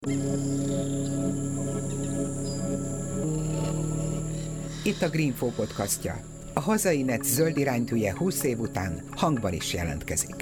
Itt a Greenfo podcastja. A hazai net zöld iránytűje 20 év után hangban is jelentkezik.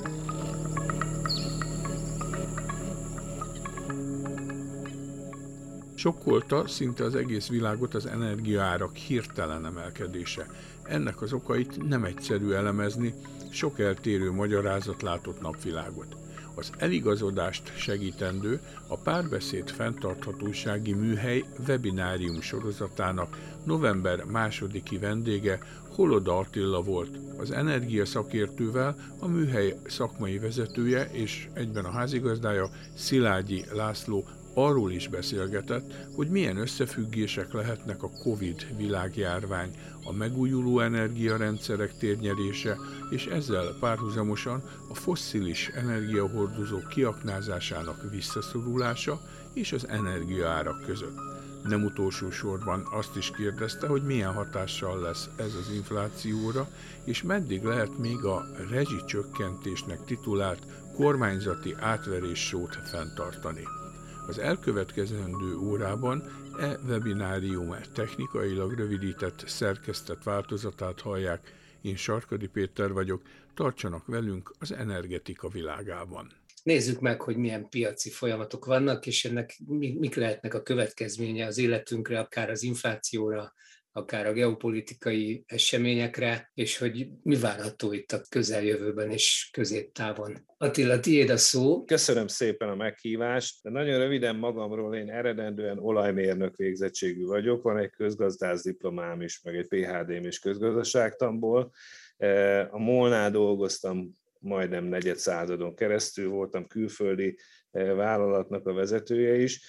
Sokkolta szinte az egész világot az energiaárak hirtelen emelkedése. Ennek az okait nem egyszerű elemezni, sok eltérő magyarázat látott napvilágot. Az eligazodást segítendő a Párbeszéd fenntarthatósági műhely webinárium sorozatának november 2. vendége Holoda Attila volt, az energiaszakértővel a műhely szakmai vezetője és egyben a házigazdája Szilágyi László arról is beszélgetett, hogy milyen összefüggések lehetnek a Covid világjárvány, a megújuló energiarendszerek térnyerése és ezzel párhuzamosan a fosszilis energiahordozók kiaknázásának visszaszorulása és az energiaárak között. Nem utolsó sorban azt is kérdezte, hogy milyen hatással lesz ez az inflációra, és meddig lehet még a rezsicsökkentésnek titulált kormányzati átveréssót fenntartani. Az elkövetkezendő órában webinárium technikailag rövidített, szerkesztett változatát hallják. Én Sarkadi Péter vagyok, tartsanak velünk az energetika világában. Nézzük meg, hogy milyen piaci folyamatok vannak, és ennek mik lehetnek a következménye az életünkre, akár az inflációra, akár a geopolitikai eseményekre, és hogy mi várható itt a közeljövőben és középtávon. Attila, tiéd a szó. Köszönöm szépen a meghívást. De nagyon röviden magamról, én eredendően olajmérnök végzettségű vagyok, van egy közgazdász diplomám is, meg egy PhD-m is közgazdaságtanból. A MOL-nál dolgoztam majdnem negyed századon keresztül, voltam külföldi vállalatnak a vezetője is.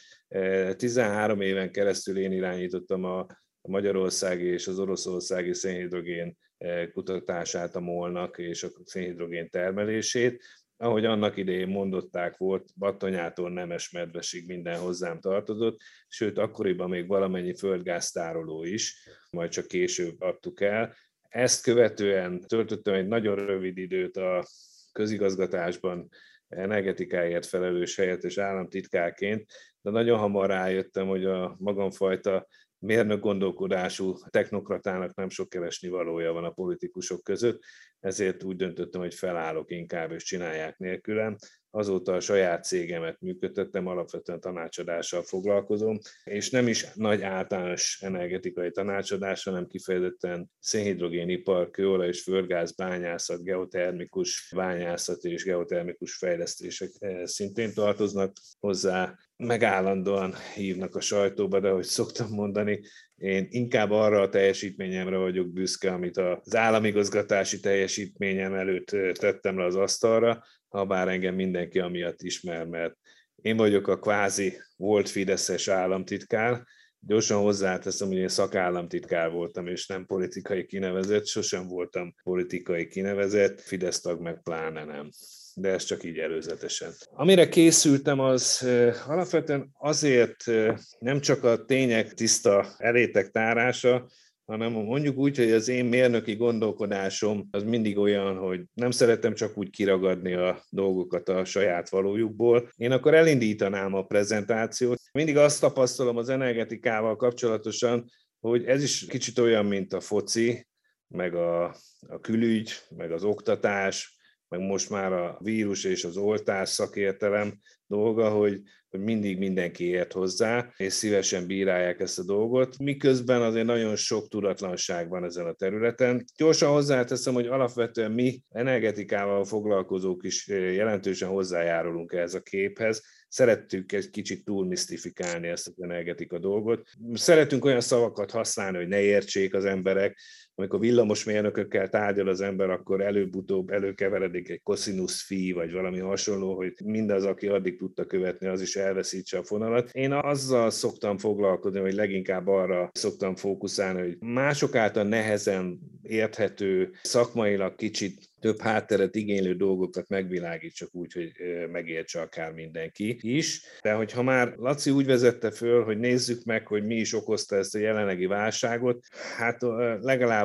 13 éven keresztül én irányítottam a magyarországi és az oroszországi szénhidrogén kutatását a MOL-nak és a szénhidrogén termelését. Ahogy annak idején mondották, volt Battonyától Nemesmedvesig minden hozzám tartozott, sőt akkoriban még valamennyi földgáztároló is, majd csak később adtuk el. Ezt követően töltöttem egy nagyon rövid időt a közigazgatásban, energetikáért felelős helyettes államtitkárként, de nagyon hamar rájöttem, hogy a magamfajta mérnök gondolkodású technokratának nem sok keresnivalója van a politikusok között, ezért úgy döntöttem, hogy felállok inkább, és csinálják nélkülem. Azóta a saját cégemet működtettem, alapvetően tanácsadással foglalkozom, és nem is nagy általános energetikai tanácsadás, hanem kifejezetten szénhidrogénipar, kőolaj és földgáz bányászat, geotermikus bányászat és geotermikus fejlesztések szintén tartoznak hozzá. Megállandóan hívnak a sajtóba, de ahogy szoktam mondani, én inkább arra a teljesítményemre vagyok büszke, amit az államigazgatási teljesítményem előtt tettem le az asztalra, habár engem mindenki amiatt ismer, mert én vagyok a kvázi volt fideszes államtitkár. Gyorsan hozzáteszem, hogy én szakállamtitkár voltam, és nem politikai kinevezett, sosem voltam politikai kinevezett, Fidesz tag meg pláne nem. De ez csak így előzetesen. Amire készültem, az alapvetően azért nem csak a tények tiszta elétek tárása, hanem mondjuk úgy, hogy az én mérnöki gondolkodásom az mindig olyan, hogy nem szeretem csak úgy kiragadni a dolgokat a saját valójukból. Én akkor elindítanám a prezentációt. Mindig azt tapasztalom az energetikával kapcsolatosan, hogy ez is kicsit olyan, mint a foci, meg a külügy, meg az oktatás, meg most már a vírus és az oltás szakértelem dolga, hogy mindig mindenki ért hozzá, és szívesen bírálják ezt a dolgot, miközben azért nagyon sok tudatlanság van ezen a területen. Gyorsan hozzáteszem, hogy alapvetően mi energetikával foglalkozók is jelentősen hozzájárulunk ehhez a képhez. Szerettük egy kicsit túlmisztifikálni ezt az energetika dolgot. Szeretünk olyan szavakat használni, hogy ne értsék az emberek. Amikor villamosmérnökökkel tárgyal az ember, akkor előbb-utóbb előkeveredik egy cosinus phi, vagy valami hasonló, hogy mindaz, aki addig tudta követni, az is elveszítse a fonalat. Én azzal szoktam foglalkozni, hogy leginkább arra szoktam fókuszálni, hogy mások által nehezen érthető, szakmailag kicsit több hátteret igénylő dolgokat megvilágítsak úgy, hogy megértse akár mindenki is. De hogyha már Laci úgy vezette föl, hogy nézzük meg, hogy mi is okozta ezt a jelenlegi válságot, hát legalább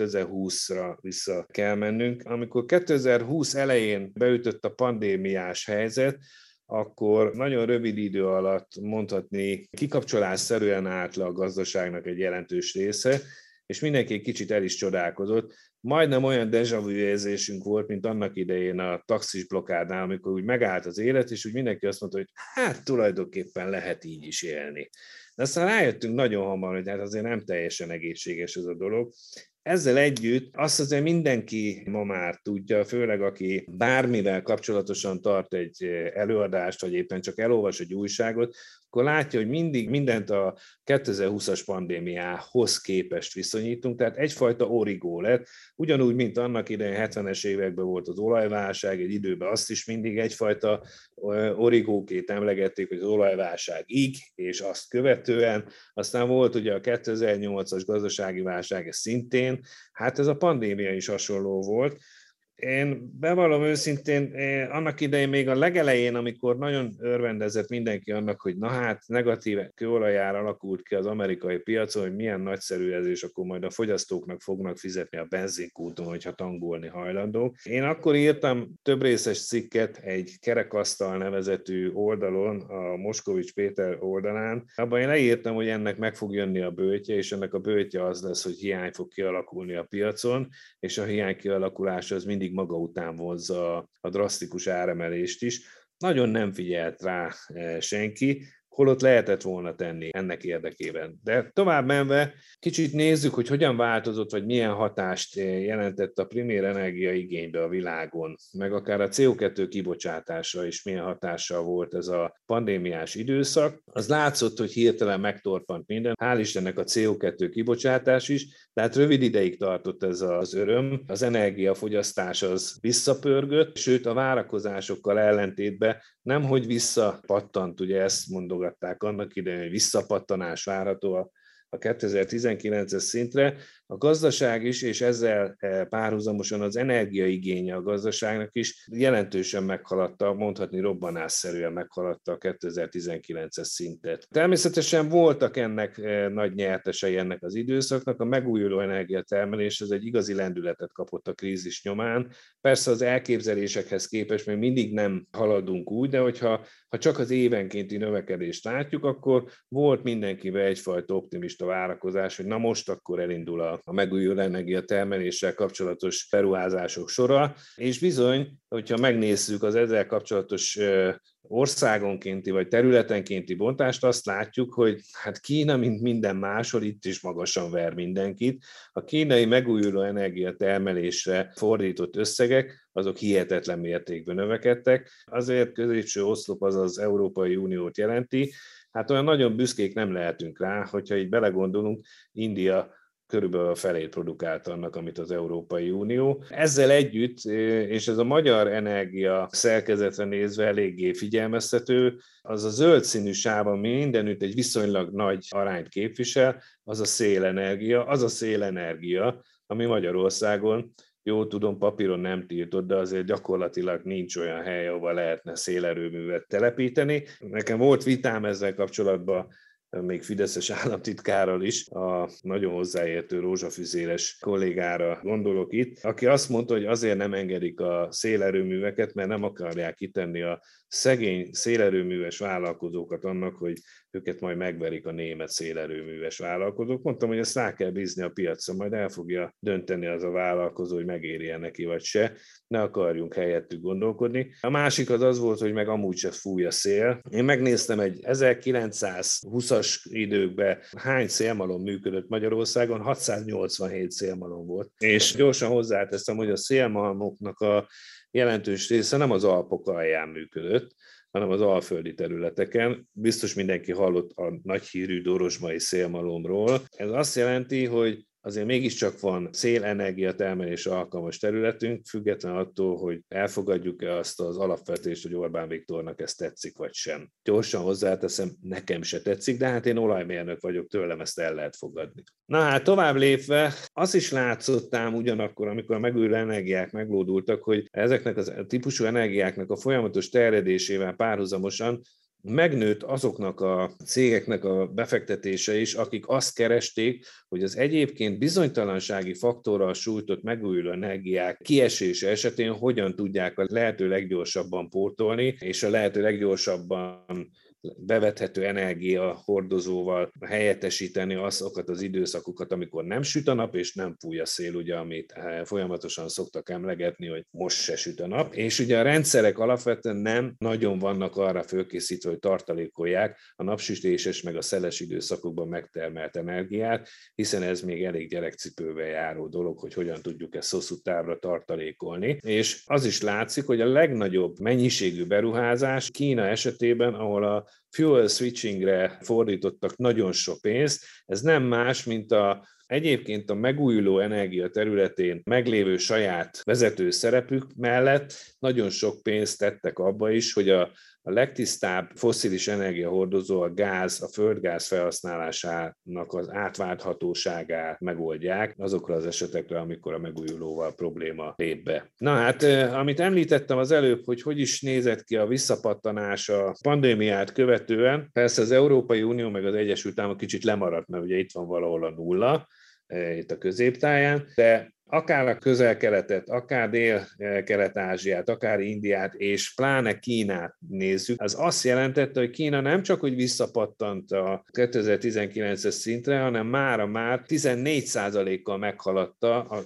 2020-ra vissza kell mennünk. Amikor 2020 elején beütött a pandémiás helyzet, akkor nagyon rövid idő alatt mondhatni kikapcsolásszerűen állt le a gazdaságnak egy jelentős része, és mindenki egy kicsit el is csodálkozott. Majdnem olyan déjà vu érzésünk volt, mint annak idején a taxis blokkádnál, amikor úgy megállt az élet, és úgy mindenki azt mondta, hogy hát tulajdonképpen lehet így is élni. De aztán rájöttünk nagyon hamar, hogy hát azért nem teljesen egészséges ez a dolog. Ezzel együtt azt azért mindenki ma már tudja, főleg aki bármivel kapcsolatosan tart egy előadást, vagy éppen csak elolvas egy újságot, akkor látja, hogy mindig mindent a 2020-as pandémiához képest viszonyítunk, tehát egyfajta origó lett, ugyanúgy, mint annak idején 70-es években volt az olajválság, egy időben azt is mindig egyfajta origóként emlegették, hogy az olajválságig, és azt követően, aztán volt ugye a 2008-as gazdasági válság, ez szintén, hát ez a pandémia is hasonló volt. Én bevallom őszintén, annak idején még a legelején, amikor nagyon örvendezett mindenki annak, hogy na hát negatív kőolajár alakult ki az amerikai piacon, hogy milyen nagyszerű ez, és akkor majd a fogyasztóknak fognak fizetni a benzinkúton, hogyha tankolni hajlandók. Én akkor írtam több részes cikket egy kerekasztal nevezetű oldalon, a Moskovics Péter oldalán. Abban én leírtam, hogy ennek meg fog jönni a böjtje, és ennek a böjtje az lesz, hogy hiány fog kialakulni a piacon, és a hiány kialakulása az mindig maga után vonzza a drasztikus áremelést is. Nagyon nem figyelt rá senki, holott lehetett volna tenni ennek érdekében. De tovább menve kicsit nézzük, hogy hogyan változott, vagy milyen hatást jelentett a primér energiaigénybe a világon, meg akár a CO2 kibocsátásra is milyen hatással volt ez a pandémiás időszak. Az látszott, hogy hirtelen megtorpant minden. Hál' Istennek a CO2 kibocsátás is, tehát rövid ideig tartott ez az öröm. Az energiafogyasztás az visszapörgött, sőt a várakozásokkal ellentétben nemhogy visszapattant, ugye ezt mondogatták annak idején, hogy visszapattanás várható a 2019-es szintre. A gazdaság is, és ezzel párhuzamosan az energiaigénye a gazdaságnak is jelentősen meghaladta, mondhatni robbanásszerűen meghaladta a 2019-es szintet. Természetesen voltak ennek nagy nyertesei ennek az időszaknak, a megújuló energiatermelés az egy igazi lendületet kapott a krízis nyomán. Persze az elképzelésekhez képest még mindig nem haladunk úgy, de hogyha csak az évenkénti növekedést látjuk, akkor volt mindenkiben egyfajta optimista várakozás, hogy na most akkor elindul a megújuló energiatermeléssel kapcsolatos beruházások sora, és bizony, hogyha megnézzük az ezzel kapcsolatos országonkénti vagy területenkénti bontást, azt látjuk, hogy hát Kína, mint minden máshol, itt is magasan ver mindenkit. A kínai megújuló energiatermelésre fordított összegek, azok hihetetlen mértékben növekedtek. Azért középső oszlop az az Európai Uniót jelenti. Hát olyan nagyon büszkék nem lehetünk rá, hogyha így belegondolunk, India körülbelül a felét produkált annak, amit az Európai Unió. Ezzel együtt, és ez a magyar energia szerkezetre nézve eléggé figyelmeztető, az a zöld színű sáv, ami mindenütt egy viszonylag nagy arányt képvisel, az a szélenergia, ami Magyarországon, jó tudom, papíron nem tiltott, de azért gyakorlatilag nincs olyan hely, ahol lehetne szélerőművet telepíteni. Nekem volt vitám ezzel kapcsolatban, még fideszes államtitkárral is, a nagyon hozzáértő rózsafüzéres kollégára gondolok itt, aki azt mondta, hogy azért nem engedik a szélerőműveket, mert nem akarják kitenni a szegény szélerőműves vállalkozókat annak, hogy őket majd megverik a német szélerőműves vállalkozók. Mondtam, hogy ezt rá kell bízni a piacra, majd el fogja dönteni az a vállalkozó, hogy megéri-e neki vagy se. Ne akarjunk helyettük gondolkodni. A másik az volt, hogy meg amúgy se fúj a szél. Én megnéztem egy 1920-as időkben hány szélmalom működött Magyarországon, 687 szélmalom volt. És gyorsan hozzáteszem, hogy a szélmalmoknak a jelentős része nem az Alpok alján működött, hanem az alföldi területeken. Biztos mindenki hallott a nagyhírű dorozsmai szélmalomról. Ez azt jelenti, hogy azért mégiscsak van szélenergia termelésre alkalmas területünk, független attól, hogy elfogadjuk-e azt az alapvetést, hogy Orbán Viktornak ez tetszik vagy sem. Gyorsan hozzáteszem, nekem se tetszik, de hát én olajmérnök vagyok, tőlem ezt el lehet fogadni. Na hát tovább lépve, az is látszott ám ugyanakkor, amikor a megújuló energiák meglódultak, hogy ezeknek a típusú energiáknak a folyamatos terjedésével párhuzamosan megnőtt azoknak a cégeknek a befektetése is, akik azt keresték, hogy az egyébként bizonytalansági faktorral sújtott megújuló energiák kiesése esetén hogyan tudják a lehető leggyorsabban pótolni, és a lehető leggyorsabban bevethető energiahordozóval helyettesíteni azokat az időszakokat, amikor nem süt a nap, és nem fúj a szél, ugye, amit folyamatosan szoktak emlegetni, hogy most se süt a nap. És ugye a rendszerek alapvetően nem nagyon vannak arra fölkészítve, hogy tartalékolják a napsütéses meg a szeles időszakokban megtermelt energiát, hiszen ez még elég gyerekcipővel járó dolog, hogy hogyan tudjuk ezt hosszú távra tartalékolni. És az is látszik, hogy a legnagyobb mennyiségű beruházás Kína esetében, ahol a fuel switchingre fordítottak nagyon sok pénzt, ez nem más, mint egyébként a megújuló energia területén meglévő saját vezető szerepük mellett nagyon sok pénzt tettek abba is, hogy a legtisztább fosszilis energiahordozó, a gáz, a földgáz felhasználásának az átválthatóságát megoldják azokra az esetekre, amikor a megújulóval probléma lép be. Na hát, amit említettem az előbb, hogy is nézett ki a visszapattanás a pandémiát követően, persze az Európai Unió meg az Egyesült Államok kicsit lemaradt, mert ugye itt van valahol a nulla, itt a középtáján, de akár a Közel-Keletet, akár Dél-Kelet-Ázsiát, akár Indiát, és pláne Kínát nézzük, az azt jelentette, hogy Kína nem csak, hogy visszapattant a 2019-es szintre, hanem már 14%-kal meghaladta a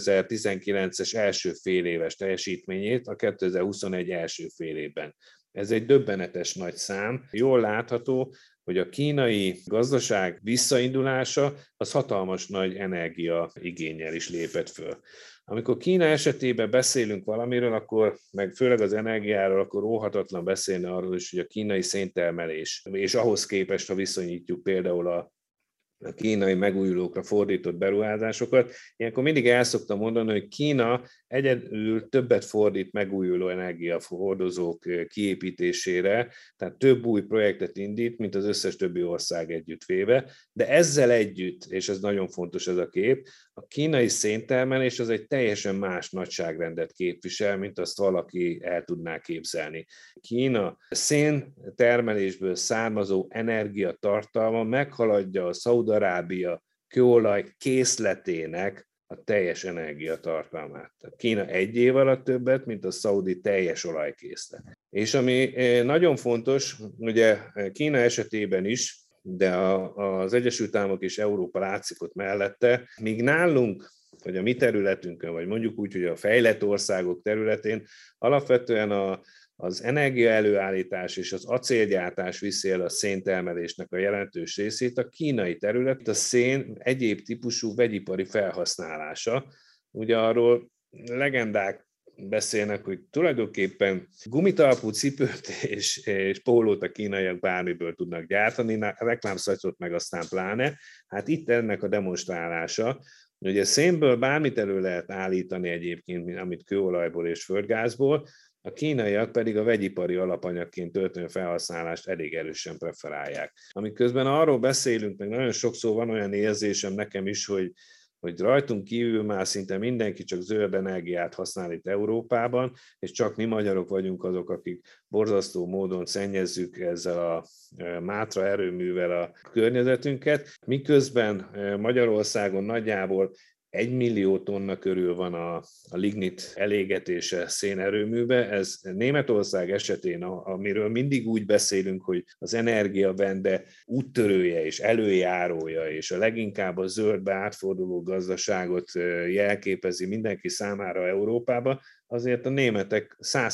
2019-es első féléves teljesítményét a 2021 első félében. Ez egy döbbenetes nagy szám. Jól látható, hogy a kínai gazdaság visszaindulása az hatalmas nagy energiaigénnyel is lépett föl. Amikor Kína esetében beszélünk valamiről, akkor, meg főleg az energiáról, akkor óhatatlan beszélni arról is, hogy a kínai széntermelés, és ahhoz képest, ha viszonyítjuk például a kínai megújulókra fordított beruházásokat. Ilyenkor mindig el szoktam mondani, hogy Kína egyedül többet fordít megújuló energiahordozók kiépítésére, tehát több új projektet indít, mint az összes többi ország együttvéve, de ezzel együtt, és ez nagyon fontos ez a kép, a kínai széntermelés az egy teljesen más nagyságrendet képvisel, mint azt valaki el tudná képzelni. Kína széntermelésből származó energiatartalma meghaladja a Szaúd-Arábia kőolaj készletének a teljes energiatartalmát. Tehát Kína egy év alatt többet, mint a szaudi teljes olajkészlet. És ami nagyon fontos, ugye Kína esetében is, de az Egyesült Államok és Európa látszik ott mellette, míg nálunk, vagy a mi területünkön, vagy mondjuk úgy, hogy a fejlett országok területén alapvetően az energia előállítás és az acélgyártás viszi el a széntermelésnek a jelentős részét, a kínai terület a szén egyéb típusú vegyipari felhasználása. Ugye arról legendák beszélnek, hogy tulajdonképpen gumitalpú cipőt és pólót a kínaiak bármiből tudnak gyártani, a reklámszajtot meg aztán pláne. Hát itt ennek a demonstrálása. Ugye szénből bármit elő lehet állítani egyébként, amit kőolajból és földgázból, a kínaiak pedig a vegyipari alapanyagként történő felhasználást elég erősen preferálják. Amiközben arról beszélünk, meg nagyon sokszor van olyan érzésem nekem is, hogy rajtunk kívül már szinte mindenki csak zöld energiát használ itt Európában, és csak mi magyarok vagyunk azok, akik borzasztó módon szennyezzük ezzel a Mátra erőművel a környezetünket, miközben Magyarországon nagyjából 1 millió tonna körül van a lignit elégetése szénerőműbe. Ez Németország esetén, amiről mindig úgy beszélünk, hogy az energiavende úttörője és előjárója, és a leginkább a zöldbe átforduló gazdaságot jelképezi mindenki számára Európába, azért a németek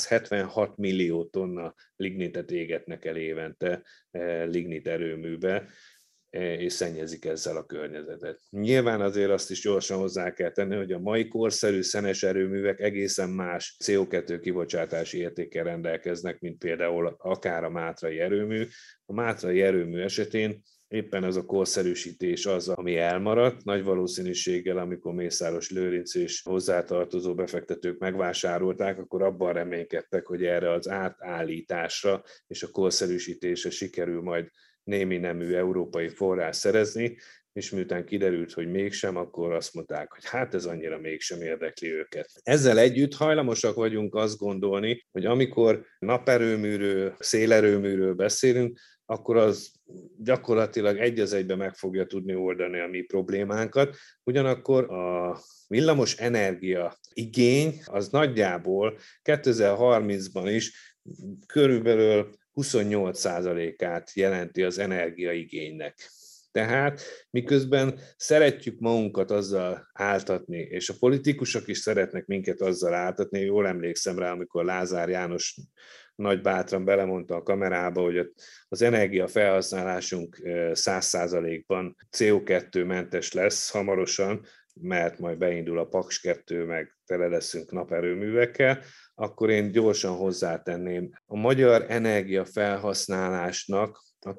176 millió tonna lignitet égetnek el évente lignit erőműbe, és szennyezik ezzel a környezetet. Nyilván azért azt is gyorsan hozzá kell tenni, hogy a mai korszerű szenes erőművek egészen más CO2 kibocsátási értékkel rendelkeznek, mint például akár a mátrai erőmű. A mátrai erőmű esetén éppen ez a korszerűsítés az, ami elmaradt. Nagy valószínűséggel, amikor Mészáros Lőrinc és hozzátartozó befektetők megvásárolták, akkor abban reménykedtek, hogy erre az átállításra és a korszerűsítésre sikerül majd némi nemű európai forrás szerezni, és miután kiderült, hogy mégsem, akkor azt mondták, hogy hát ez annyira mégsem érdekli őket. Ezzel együtt hajlamosak vagyunk azt gondolni, hogy amikor naperőműről, szélerőműről beszélünk, akkor az gyakorlatilag egy az egybe meg fogja tudni oldani a mi problémánkat. Ugyanakkor a villamos energia igény az nagyjából 2030-ban is körülbelül 28%-át jelenti az energiaigénynek. Tehát miközben szeretjük magunkat azzal áltatni, és a politikusok is szeretnek minket azzal áltatni, jól emlékszem rá, amikor Lázár János nagy bátran belemondta a kamerába, hogy az energiafelhasználásunk 100%-ban CO2-mentes lesz hamarosan, mert majd beindul a Paks 2, meg tele leszünk naperőművekkel, akkor én gyorsan hozzátenném, a magyar energiafelhasználásnak a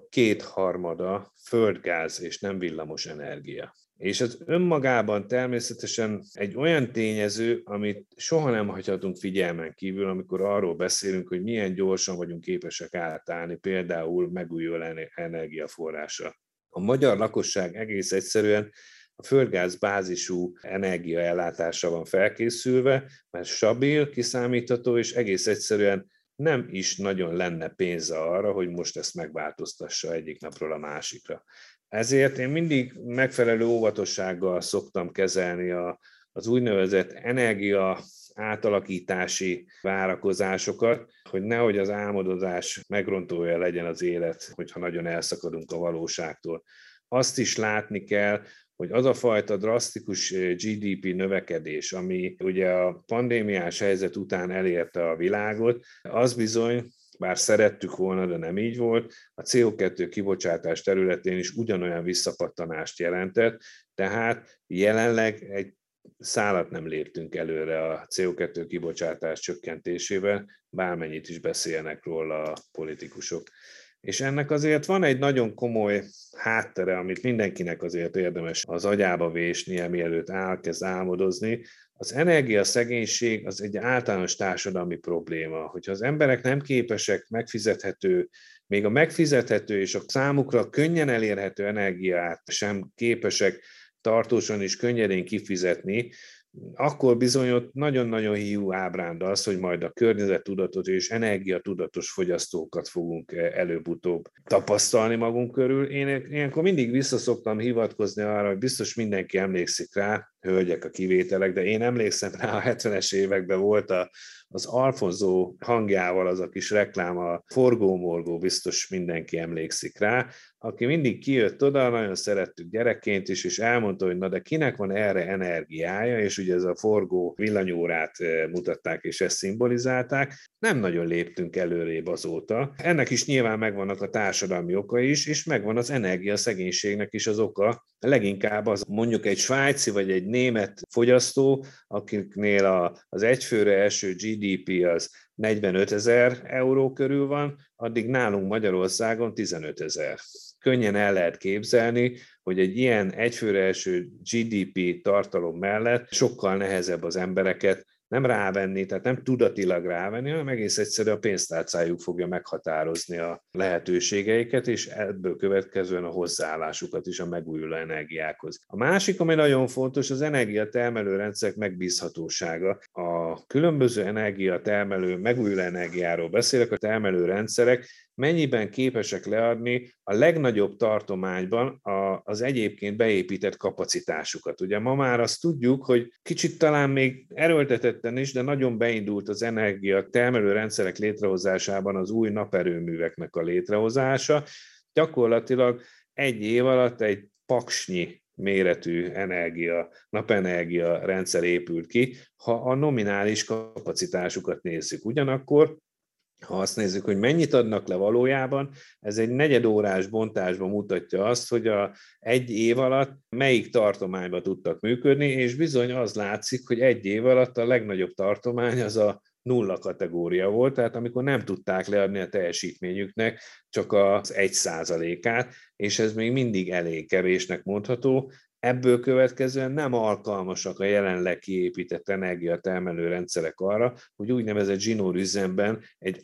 2/3 földgáz és nem villamos energia. És ez önmagában természetesen egy olyan tényező, amit soha nem hagyhatunk figyelmen kívül, amikor arról beszélünk, hogy milyen gyorsan vagyunk képesek átállni például megújuló energiaforrásra. A magyar lakosság egész egyszerűen a földgáz bázisú energiaellátásra van felkészülve, mert stabil, kiszámítható, és egész egyszerűen nem is nagyon lenne pénze arra, hogy most ezt megváltoztassa egyik napról a másikra. Ezért én mindig megfelelő óvatossággal szoktam kezelni az úgynevezett energia átalakítási várakozásokat, hogy nehogy az álmodozás megrontója legyen az élet, hogyha nagyon elszakadunk a valóságtól. Azt is látni kell, hogy az a fajta drasztikus GDP növekedés, ami ugye a pandémiás helyzet után elérte a világot, az bizony, bár szerettük volna, de nem így volt, a CO2 kibocsátás területén is ugyanolyan visszapattanást jelentett, tehát jelenleg egy szálat nem léptünk előre a CO2 kibocsátás csökkentésével, bármennyit is beszélnek róla a politikusok. És ennek azért van egy nagyon komoly háttere, amit mindenkinek azért érdemes az agyába vésnie, mielőtt elkezd álmodozni. Az energiaszegénység az egy általános társadalmi probléma. Hogyha az emberek nem képesek megfizethető, még a megfizethető és a számukra könnyen elérhető energiát sem képesek tartósan és könnyedén kifizetni, akkor bizony ott nagyon-nagyon hiú ábránd az, hogy majd a környezettudatos és energiatudatos fogyasztókat fogunk előbb-utóbb tapasztalni magunk körül. Én ilyenkor mindig visszaszoktam hivatkozni arra, hogy biztos mindenki emlékszik rá, hölgyek a kivételek, de én emlékszem rá, a 70-es években volt az Alfonso hangjával az a kis reklám, a forgó-morgó, biztos mindenki emlékszik rá, aki mindig kijött oda, nagyon szerettük gyerekként is, és elmondta, hogy na de kinek van erre energiája, és ugye ez a forgó villanyórát mutatták, és ezt szimbolizálták. Nem nagyon léptünk előrébb azóta. Ennek is nyilván megvannak a társadalmi okai is, és megvan az energiaszegénységnek is az oka. Leginkább az mondjuk egy svájci vagy egy német fogyasztó, akiknél az egyfőre eső GDP az 45 000 euró körül van, addig nálunk Magyarországon 15 000. Könnyen el lehet képzelni, hogy egy ilyen egyfőre eső GDP tartalom mellett sokkal nehezebb az embereket nem rávenni, tehát nem tudatilag rávenni, hanem egész egyszerűen a pénztárcájuk fogja meghatározni a lehetőségeiket, és ebből következően a hozzáállásukat is a megújuló energiákhoz. A másik, ami nagyon fontos, az energiatermelő rendszerek megbízhatósága. A különböző energiatermelő, megújuló energiáról beszélek, a termelő rendszerek mennyiben képesek leadni a legnagyobb tartományban az egyébként beépített kapacitásukat. Ugye ma már azt tudjuk, hogy kicsit talán még erőltetetten is, de nagyon beindult az energia termelő rendszerek létrehozásában az új naperőműveknek a létrehozása. Gyakorlatilag egy év alatt egy paksnyi méretű napenergia rendszer épült ki, ha a nominális kapacitásukat nézzük. Ugyanakkor ha azt nézzük, hogy mennyit adnak le valójában, ez egy negyedórás bontásban mutatja azt, hogy egy év alatt melyik tartományban tudtak működni, és bizony az látszik, hogy egy év alatt a legnagyobb tartomány az a 0 kategória volt, tehát amikor nem tudták leadni a teljesítményüknek csak az 1%-át, és ez még mindig elég kevésnek mondható. Ebből következően nem alkalmasak a jelenleg kiépített energiatermelő rendszerek arra, hogy úgynevezett zsinórüzemben egy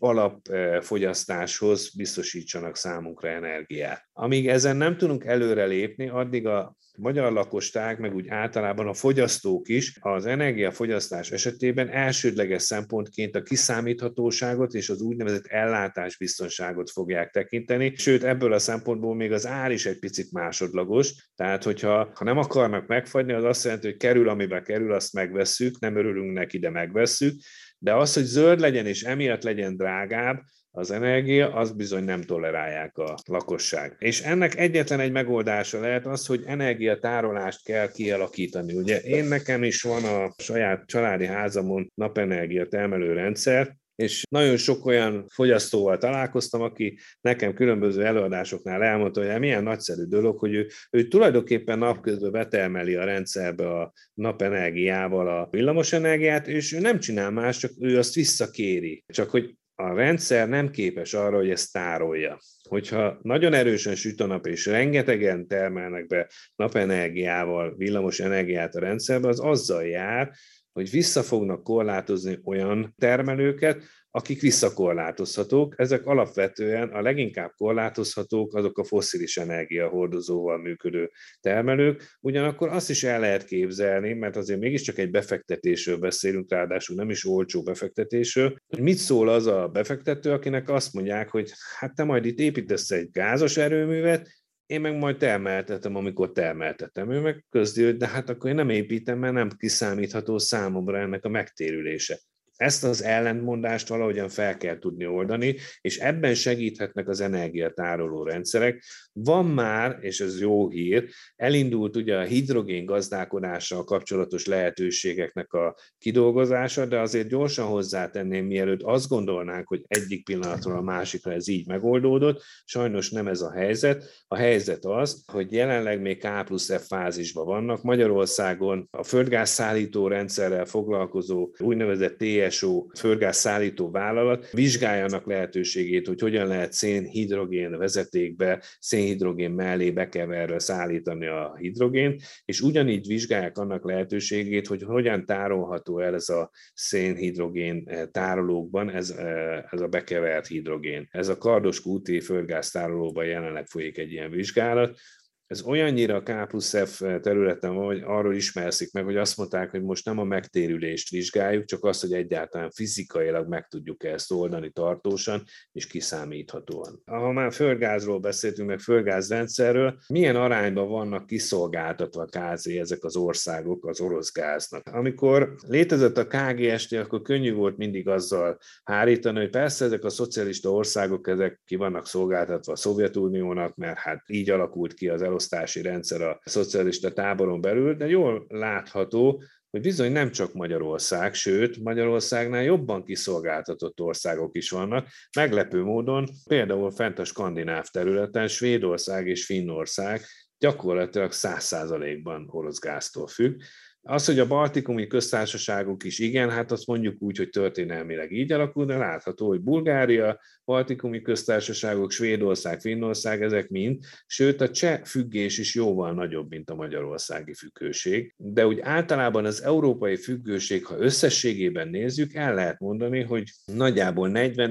alapfogyasztáshoz biztosítsanak számunkra energiát. Amíg ezen nem tudunk előrelépni, addig a magyar lakosság, meg úgy általában a fogyasztók is az energiafogyasztás esetében elsődleges szempontként a kiszámíthatóságot és az úgynevezett ellátásbiztonságot fogják tekinteni, sőt ebből a szempontból még az ár is egy picit másodlagos, tehát hogyha nem akarnak megfagyni, az azt jelenti, hogy kerül, amibe kerül, azt megvesszük, nem örülünk neki, de megvesszük, de az, hogy zöld legyen és emiatt legyen drágább, az energia, azt bizony nem tolerálják a lakosság. És ennek egyetlen egy megoldása lehet az, hogy energiatárolást kell kialakítani. Ugye nekem is van a saját családi házamon napenergia termelő rendszer, és nagyon sok olyan fogyasztóval találkoztam, aki nekem különböző előadásoknál elmondta, hogy milyen nagyszerű dolog, hogy ő tulajdonképpen napközben betermeli a rendszerbe a napenergiával a villamosenergiát, és ő nem csinál más, csak ő azt visszakéri. Csak hogy a rendszer nem képes arra, hogy ezt tárolja. Hogyha nagyon erősen süt a nap, és rengetegen termelnek be napenergiával villamos energiát a rendszerbe, az azzal jár, hogy vissza fognak korlátozni olyan termelőket, akik visszakorlátozhatók. Ezek alapvetően a leginkább korlátozhatók azok a fosszilis energiahordozóval működő termelők. Ugyanakkor azt is el lehet képzelni, mert azért mégiscsak egy befektetésről beszélünk, ráadásul nem is olcsó befektetésről, hogy mit szól az a befektető, akinek azt mondják, hogy hát te majd itt építesz egy gázos erőművet, én meg majd termeltetem, amikor termeltetem. Ő meg közdi, hogy de hát akkor én nem építem, mert nem kiszámítható számomra ennek a megtérülése. Ezt az ellentmondást valahogyan fel kell tudni oldani, és ebben segíthetnek az energiatároló rendszerek. Van már, és ez jó hír, elindult ugye a hidrogén gazdálkodással kapcsolatos lehetőségeknek a kidolgozása, de azért gyorsan hozzátenném, mielőtt azt gondolnánk, hogy egyik pillanatról a másikra ez így megoldódott. Sajnos nem ez a helyzet. A helyzet az, hogy jelenleg még K+F fázisban vannak. Magyarországon a földgázszállító rendszerrel foglalkozó úgynevezett TSO földgázszállító vállalat vizsgálja annak lehetőségét, hogy hogyan lehet szénhidrogén vezetékbe, szénhidrogén mellé bekeverve szállítani a hidrogént, és ugyanígy vizsgálják annak lehetőségét, hogy hogyan tárolható el ez a szénhidrogén tárolókban, ez a bekevert hidrogén. Ez a Kardos-Kúti földgáztárolóban jelenleg folyik egy ilyen vizsgálat. Ez olyannyira K+F területen van, hogy arról ismerszik meg, hogy azt mondták, hogy most nem a megtérülést vizsgáljuk, csak azt, hogy egyáltalán fizikailag meg tudjuk ezt oldani tartósan és kiszámíthatóan. Ha már földgázról beszéltünk, meg földgázrendszerről, milyen arányban vannak kiszolgáltatva kb. Ezek az országok az orosz gáznak? Amikor létezett a KGST, akkor könnyű volt mindig azzal hárítani, hogy persze ezek a szocialista országok, ezek ki vannak szolgáltatva a Szovjetuniónak, mert hát így alakult ki az elosztási rendszer a szocialista táboron belül, de jól látható, hogy bizony nem csak Magyarország, sőt, Magyarországnál jobban kiszolgáltatott országok is vannak. Meglepő módon például fent a skandináv területen Svédország és Finnország gyakorlatilag 100%-ban orosz gáztól függ. Az, hogy a baltikumi köztársaságok is igen, hát azt mondjuk úgy, hogy történelmileg így alakul, de látható, hogy Bulgária, baltikumi köztársaságok, Svédország, Finnország, ezek mind, sőt a cseh függés is jóval nagyobb, mint a magyarországi függőség. De úgy általában az európai függőség, ha összességében nézzük, el lehet mondani, hogy nagyjából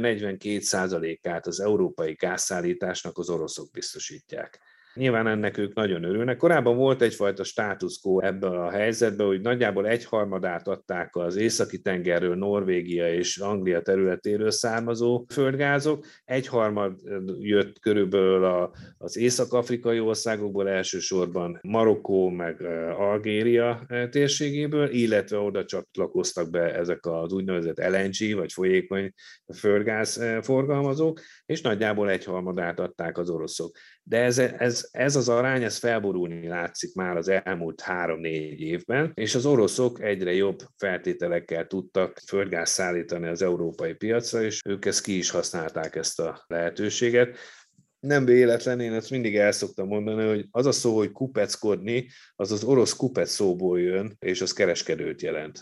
40-42%-át az európai gázszállításnak az oroszok biztosítják. Nyilván ennek ők nagyon örülnek. Korábban volt egyfajta status quo ebben a helyzetben, hogy nagyjából 1/3 adták az északi tengerről, Norvégia és Anglia területéről származó földgázok, 1/3 jött körülbelül az észak-afrikai országokból, elsősorban Marokkó meg Algéria térségéből, illetve oda csatlakoztak be ezek az úgynevezett LNG vagy folyékony földgáz forgalmazók, és nagyjából 1/3 adták az oroszok. De ez az arány, ez felborulni látszik már az elmúlt 3-4 évben, és az oroszok egyre jobb feltételekkel tudtak földgáz szállítani az európai piacra, és ők ezt ki is használták, ezt a lehetőséget. Nem véletlen, én ezt mindig el szoktam mondani, hogy az a szó, hogy kupeckodni, az az orosz kupec szóból jön, és az kereskedőt jelent.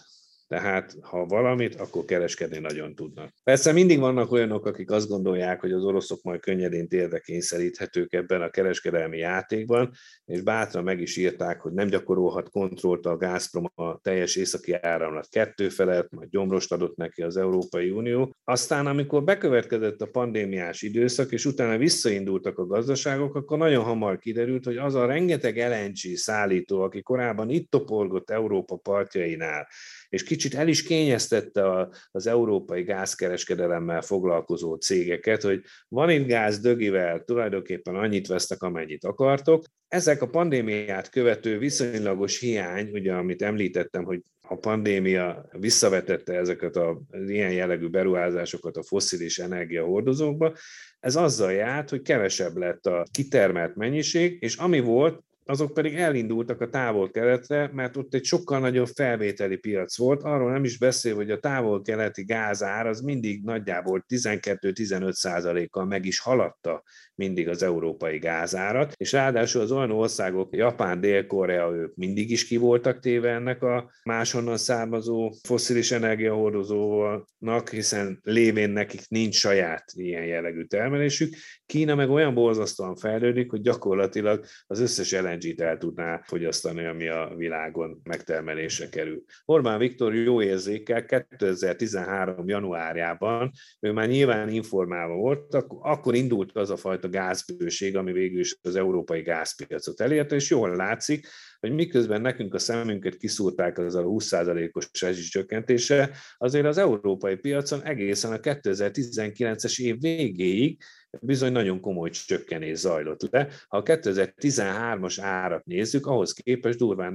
Tehát ha valamit, akkor kereskedni nagyon tudnak. Persze mindig vannak olyanok, akik azt gondolják, hogy az oroszok majd könnyedén térdre kényszeríthetők ebben a kereskedelmi játékban, és bátran meg is írták, hogy nem gyakorolhat kontrollt a Gazprom a teljes északi áramlat 2 felett, majd gyomrost adott neki az Európai Unió. Aztán, amikor bekövetkezett a pandémiás időszak, és utána visszaindultak a gazdaságok, akkor nagyon hamar kiderült, hogy az a rengeteg LNG szállító, aki korábban itt toporgott Európa partjainál, és kicsit el is kényeztette az európai gázkereskedelemmel foglalkozó cégeket, hogy van itt gáz dögivel, tulajdonképpen annyit vesztek, amennyit akartok. Ezek a pandémiát követő viszonylagos hiány, ugye amit említettem, hogy a pandémia visszavetette ezeket az ilyen jellegű beruházásokat a fosszilis energiahordozókba, ez azzal járt, hogy kevesebb lett a kitermelt mennyiség, és ami volt, azok pedig elindultak a távol-keletre, mert ott egy sokkal nagyobb felvételi piac volt, arról nem is beszél, hogy a távol-keleti gázár az mindig nagyjából 12-15%-kal meg is haladta mindig az európai gázárat, és ráadásul az olyan országok, Japán, Dél-Korea, ők mindig is ki voltak téve ennek a máshonnan származó fosszilis energiahordozónak, hiszen lévén nekik nincs saját ilyen jellegű termelésük. Kína meg olyan borzasztóan fejlődik, hogy gyakorlatilag az összes LNG-t el tudná fogyasztani, ami a világon megtermelésre kerül. Orbán Viktor jó érzékkel 2013. januárjában, ő már nyilván informálva volt, akkor indult az a fajta gázbőség, ami végül is az európai gázpiacot elérte, és jól látszik, hogy miközben nekünk a szemünket kiszúrták azzal a 20%-os rezsicsökkentéssel, azért az európai piacon egészen a 2019-es év végéig bizony nagyon komoly csökkenés zajlott le. Ha a 2013-as árat nézzük, ahhoz képest durván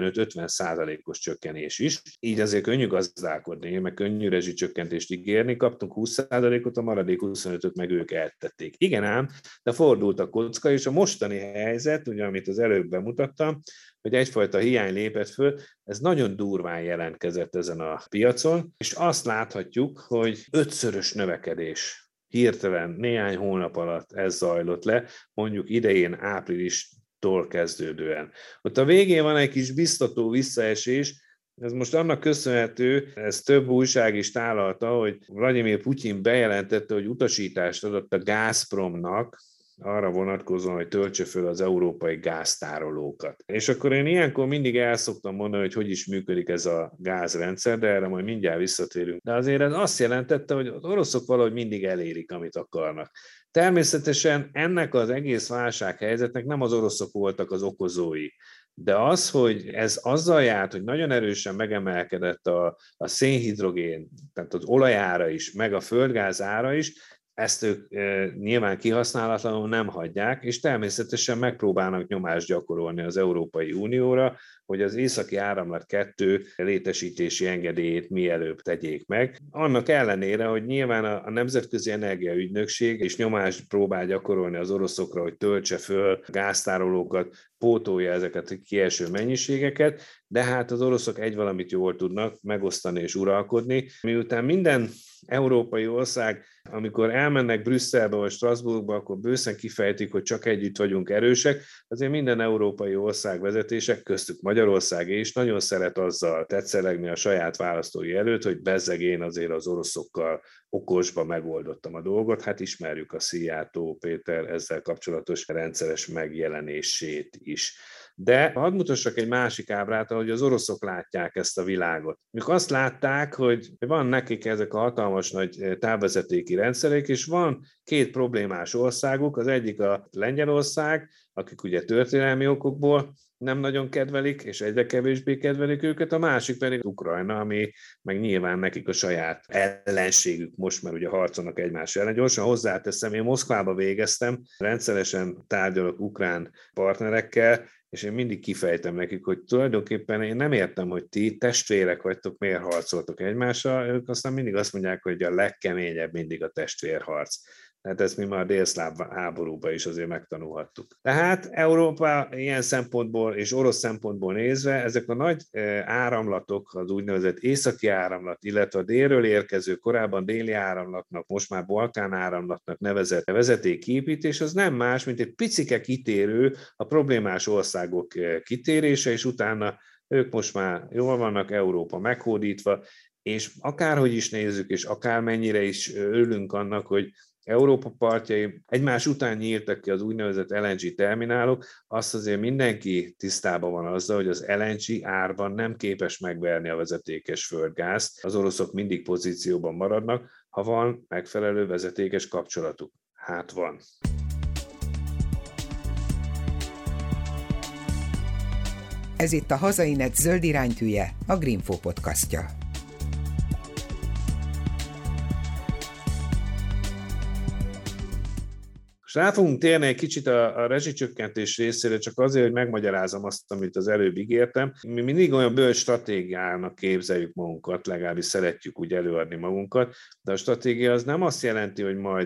45-50%-os csökkenés is. Így azért könnyű gazdálkodni, meg könnyű rezsicsökkentést ígérni. Kaptunk 20%-ot, a maradék 25-öt meg ők eltették. Igen ám, de fordult a kocka, és a mostani helyzet, ugye, amit az előbb bemutattam, hogy egyfajta hiány lépett föl, ez nagyon durván jelentkezett ezen a piacon, és azt láthatjuk, hogy 5-szörös növekedés hirtelen néhány hónap alatt ez zajlott le, mondjuk idején áprilistól kezdődően. Ott a végén van egy kis biztató visszaesés, ez most annak köszönhető, ez több újság is tálalta, hogy Vladimir Putyin bejelentette, hogy utasítást adott a Gazpromnak, arra vonatkozóan, hogy töltse föl az európai gáztárolókat. És akkor én ilyenkor mindig el szoktam mondani, hogy is működik ez a gázrendszer, de erre majd mindjárt visszatérünk. De azért ez azt jelentette, hogy az oroszok valahogy mindig elérik, amit akarnak. Természetesen ennek az egész válsághelyzetnek nem az oroszok voltak az okozói, de az, hogy ez azzal járt, hogy nagyon erősen megemelkedett a szénhidrogén, tehát az olajára is, meg a földgáz ára is, ezt ők nyilván kihasználatlanul nem hagyják, és természetesen megpróbálnak nyomást gyakorolni az Európai Unióra, hogy az északi áramlat 2 létesítési engedélyét mielőbb tegyék meg. Annak ellenére, hogy nyilván a Nemzetközi Energiaügynökség is nyomást próbál gyakorolni az oroszokra, hogy töltse föl gáztárolókat, pótolja ezeket a kieső mennyiségeket, de hát az oroszok egy valamit jól tudnak, megosztani és uralkodni. Miután minden európai ország, amikor elmennek Brüsszelbe vagy Strasbourgba, akkor bőszen kifejtik, hogy csak együtt vagyunk erősek, azért minden európai ország vezetések, köztük Magyarország is nagyon szeret azzal tetszelegni a saját választói előtt, hogy bezzeg én azért az oroszokkal okosba megoldottam a dolgot, hát ismerjük a Szijjártó Péter ezzel kapcsolatos rendszeres megjelenését is. De hadd mutassak egy másik ábrát, hogy az oroszok látják ezt a világot. Ők azt látták, hogy van nekik ezek a hatalmas nagy távvezetéki rendszerek, és van 2 problémás országuk, az egyik a Lengyelország, akik ugye történelmi okokból nem nagyon kedvelik, és egyre kevésbé kedvelik őket, a másik pedig Ukrajna, ami meg nyilván nekik a saját ellenségük most, mert ugye harcolnak egymás ellen. Gyorsan hozzáteszem, én Moszkvába végeztem, rendszeresen tárgyalok ukrán partnerekkel, és én mindig kifejtem nekik, hogy tulajdonképpen én nem értem, hogy ti testvérek vagytok, miért harcoltok egymással, ők aztán mindig azt mondják, hogy a legkeményebb mindig a testvérharc. Tehát ezt mi már a délszláv háborúban is azért megtanulhattuk. Tehát Európa ilyen szempontból és orosz szempontból nézve, ezek a nagy áramlatok, az úgynevezett északi áramlat, illetve a délről érkező, korábban déli áramlatnak, most már Balkán áramlatnak nevezett vezetékkiépítés, az nem más, mint egy picike kitérő, a problémás országok kitérése, és utána ők most már jól vannak, Európa meghódítva, és akárhogy is nézzük, és akármennyire is örülünk annak, hogy Európa partjai egymás után nyíltak ki az úgynevezett LNG terminálok, azt azért mindenki tisztában van azzal, hogy az LNG árban nem képes megverni a vezetékes földgázt. Az oroszok mindig pozícióban maradnak, ha van megfelelő vezetékes kapcsolatuk. Hát van. Ez itt a Hazainet zöld iránytűje, a Greenfo podcastja. És rá fogunk térni egy kicsit a rezsicsökkentés részére, csak azért, hogy megmagyarázom azt, amit az előbb ígértem. Mi mindig olyan bölcs stratégiának képzeljük magunkat, legalábbis szeretjük úgy előadni magunkat, de a stratégia az nem azt jelenti, hogy majd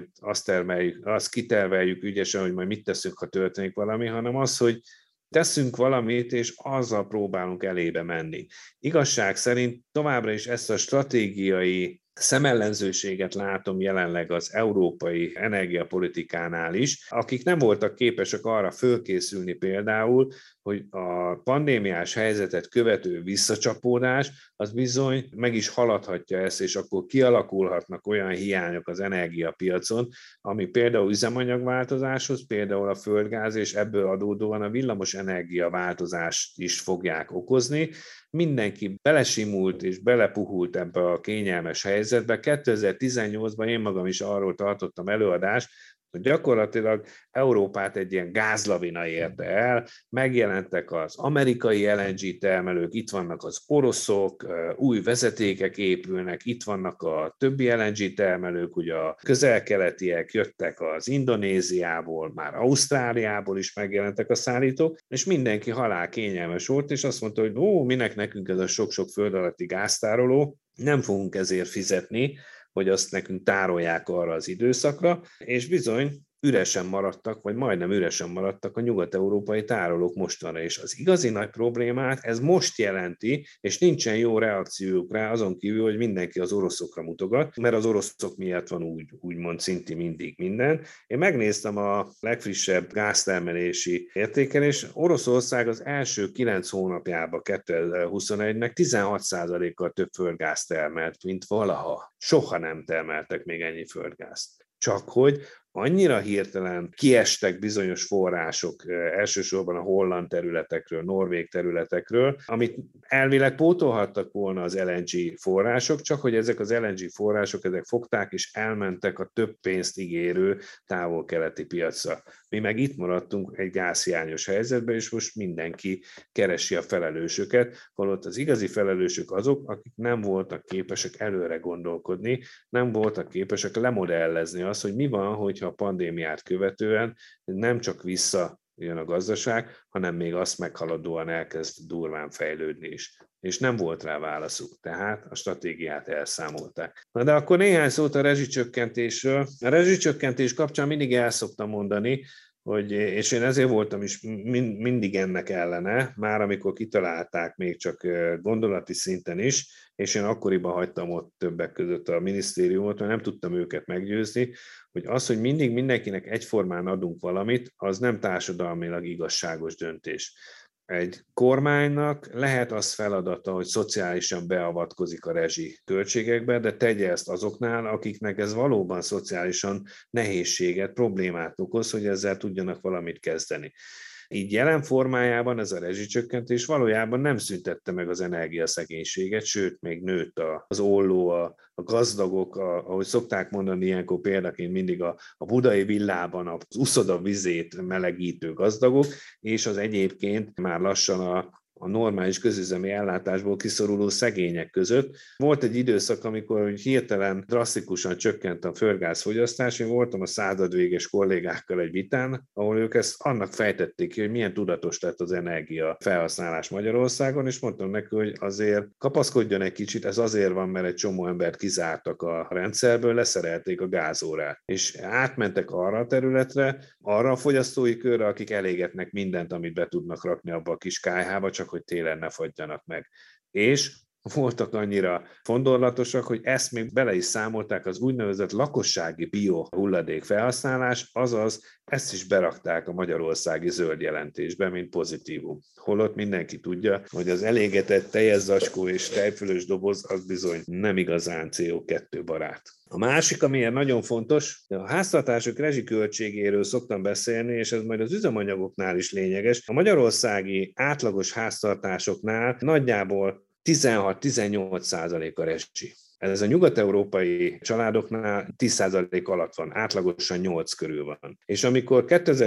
azt kiterveljük ügyesen, hogy majd mit teszünk, ha történik valami, hanem az, hogy teszünk valamit, és azzal próbálunk elébe menni. Igazság szerint továbbra is ezt a stratégiai szemellenzőséget látom jelenleg az európai energiapolitikánál is, akik nem voltak képesek arra fölkészülni például, hogy a pandémiás helyzetet követő visszacsapódás, az bizony meg is haladhatja ezt, és akkor kialakulhatnak olyan hiányok az energiapiacon, ami például üzemanyagváltozáshoz, például a földgáz, és ebből adódóan a villamos energia változást is fogják okozni. Mindenki belesimult és belepuhult ebbe a kényelmes helyzetbe. 2018-ban én magam is arról tartottam előadást, hogy gyakorlatilag Európát egy ilyen gázlavina érte el, megjelentek az amerikai LNG termelők, itt vannak az oroszok, új vezetékek épülnek, itt vannak a többi LNG termelők, ugye a közel-keletiek jöttek az Indonéziából, már Ausztráliából is megjelentek a szállítók, és mindenki halál kényelmes volt, és azt mondta, hogy minek nekünk ez a sok-sok föld alatti gáztároló, nem fogunk ezért fizetni, hogy azt nekünk tárolják arra az időszakra, és bizony üresen maradtak, vagy majdnem üresen maradtak a nyugat-európai tárolók mostanra is. Az igazi nagy problémát ez most jelenti, és nincsen jó reakciójuk rá, azon kívül, hogy mindenki az oroszokra mutogat, mert az oroszok miatt van úgymond szinti mindig minden. Én megnéztem a legfrissebb gáztermelési értékelés. Oroszország az első 9 hónapjában 2021-nek 16%-kal több földgázt termelt, mint valaha. Soha nem termeltek még ennyi földgázt. Csak hogy annyira hirtelen kiestek bizonyos források, elsősorban a holland területekről, norvég területekről, amit elvileg pótolhattak volna az LNG források, csak hogy ezek az LNG források, ezek fogták és elmentek a több pénzt ígérő távol-keleti piacra. Mi meg itt maradtunk egy gázhiányos helyzetben, és most mindenki keresi a felelősöket, holott az igazi felelősök azok, akik nem voltak képesek előre gondolkodni, nem voltak képesek lemodellezni azt, hogy mi van, hogyha a pandémiát követően nem csak visszajön a gazdaság, hanem még azt meghaladóan elkezd durván fejlődni is. És nem volt rá válaszuk, tehát a stratégiát elszámolták. Na de akkor néhány szót a rezsicsökkentésről. A rezsicsökkentés kapcsán mindig el szoktam mondani, és én ezért voltam is mindig ennek ellene, már amikor kitalálták még csak gondolati szinten is, és én akkoriban hagytam ott többek között a minisztériumot, mert nem tudtam őket meggyőzni, hogy az, hogy mindig mindenkinek egyformán adunk valamit, az nem társadalmilag igazságos döntés. Egy kormánynak lehet az feladata, hogy szociálisan beavatkozik a rezsi költségekbe, de tegye ezt azoknál, akiknek ez valóban szociálisan nehézséget, problémát okoz, hogy ezzel tudjanak valamit kezdeni. Így jelen formájában ez a rezsicsökkentés valójában nem szüntette meg az energiaszegénységet, sőt, még nőtt az olló, a gazdagok, ahogy szokták mondani ilyenkor példaként mindig a budai villában az uszoda vizét melegítő gazdagok, és az egyébként már lassan a normális közüzemi ellátásból kiszoruló szegények között. Volt egy időszak, amikor hirtelen drasztikusan csökkent a földgázfogyasztás. Én voltam a századvéges kollégákkal egy vitán, ahol ők ezt annak fejtették ki, hogy milyen tudatos lett az energia felhasználás Magyarországon, és mondtam neki, hogy azért kapaszkodjon egy kicsit, ez azért van, mert egy csomó embert kizártak a rendszerből, leszerelték a gázórát, és átmentek arra a területre, arra a fogyasztói körre, akik elégetnek mindent, amit be tudnak rakni abba a kis kályhába, csak hogy télen ne fagyjanak meg. És voltak annyira fondorlatosak, hogy ezt még bele is számolták az úgynevezett lakossági biohulladék felhasználás, azaz ezt is berakták a magyarországi zöld jelentésbe, mint pozitívum. Holott mindenki tudja, hogy az elégetett teljes zacskó és tejfölös doboz az bizony nem igazán CO2 barát. A másik, amilyen nagyon fontos, a háztartások rezsiköltségéről szoktam beszélni, és ez majd az üzemanyagoknál is lényeges. A magyarországi átlagos háztartásoknál nagyjából 16-18% a rezsi. Ez a nyugat-európai családoknál 10% alatt van, átlagosan 8 körül van. És amikor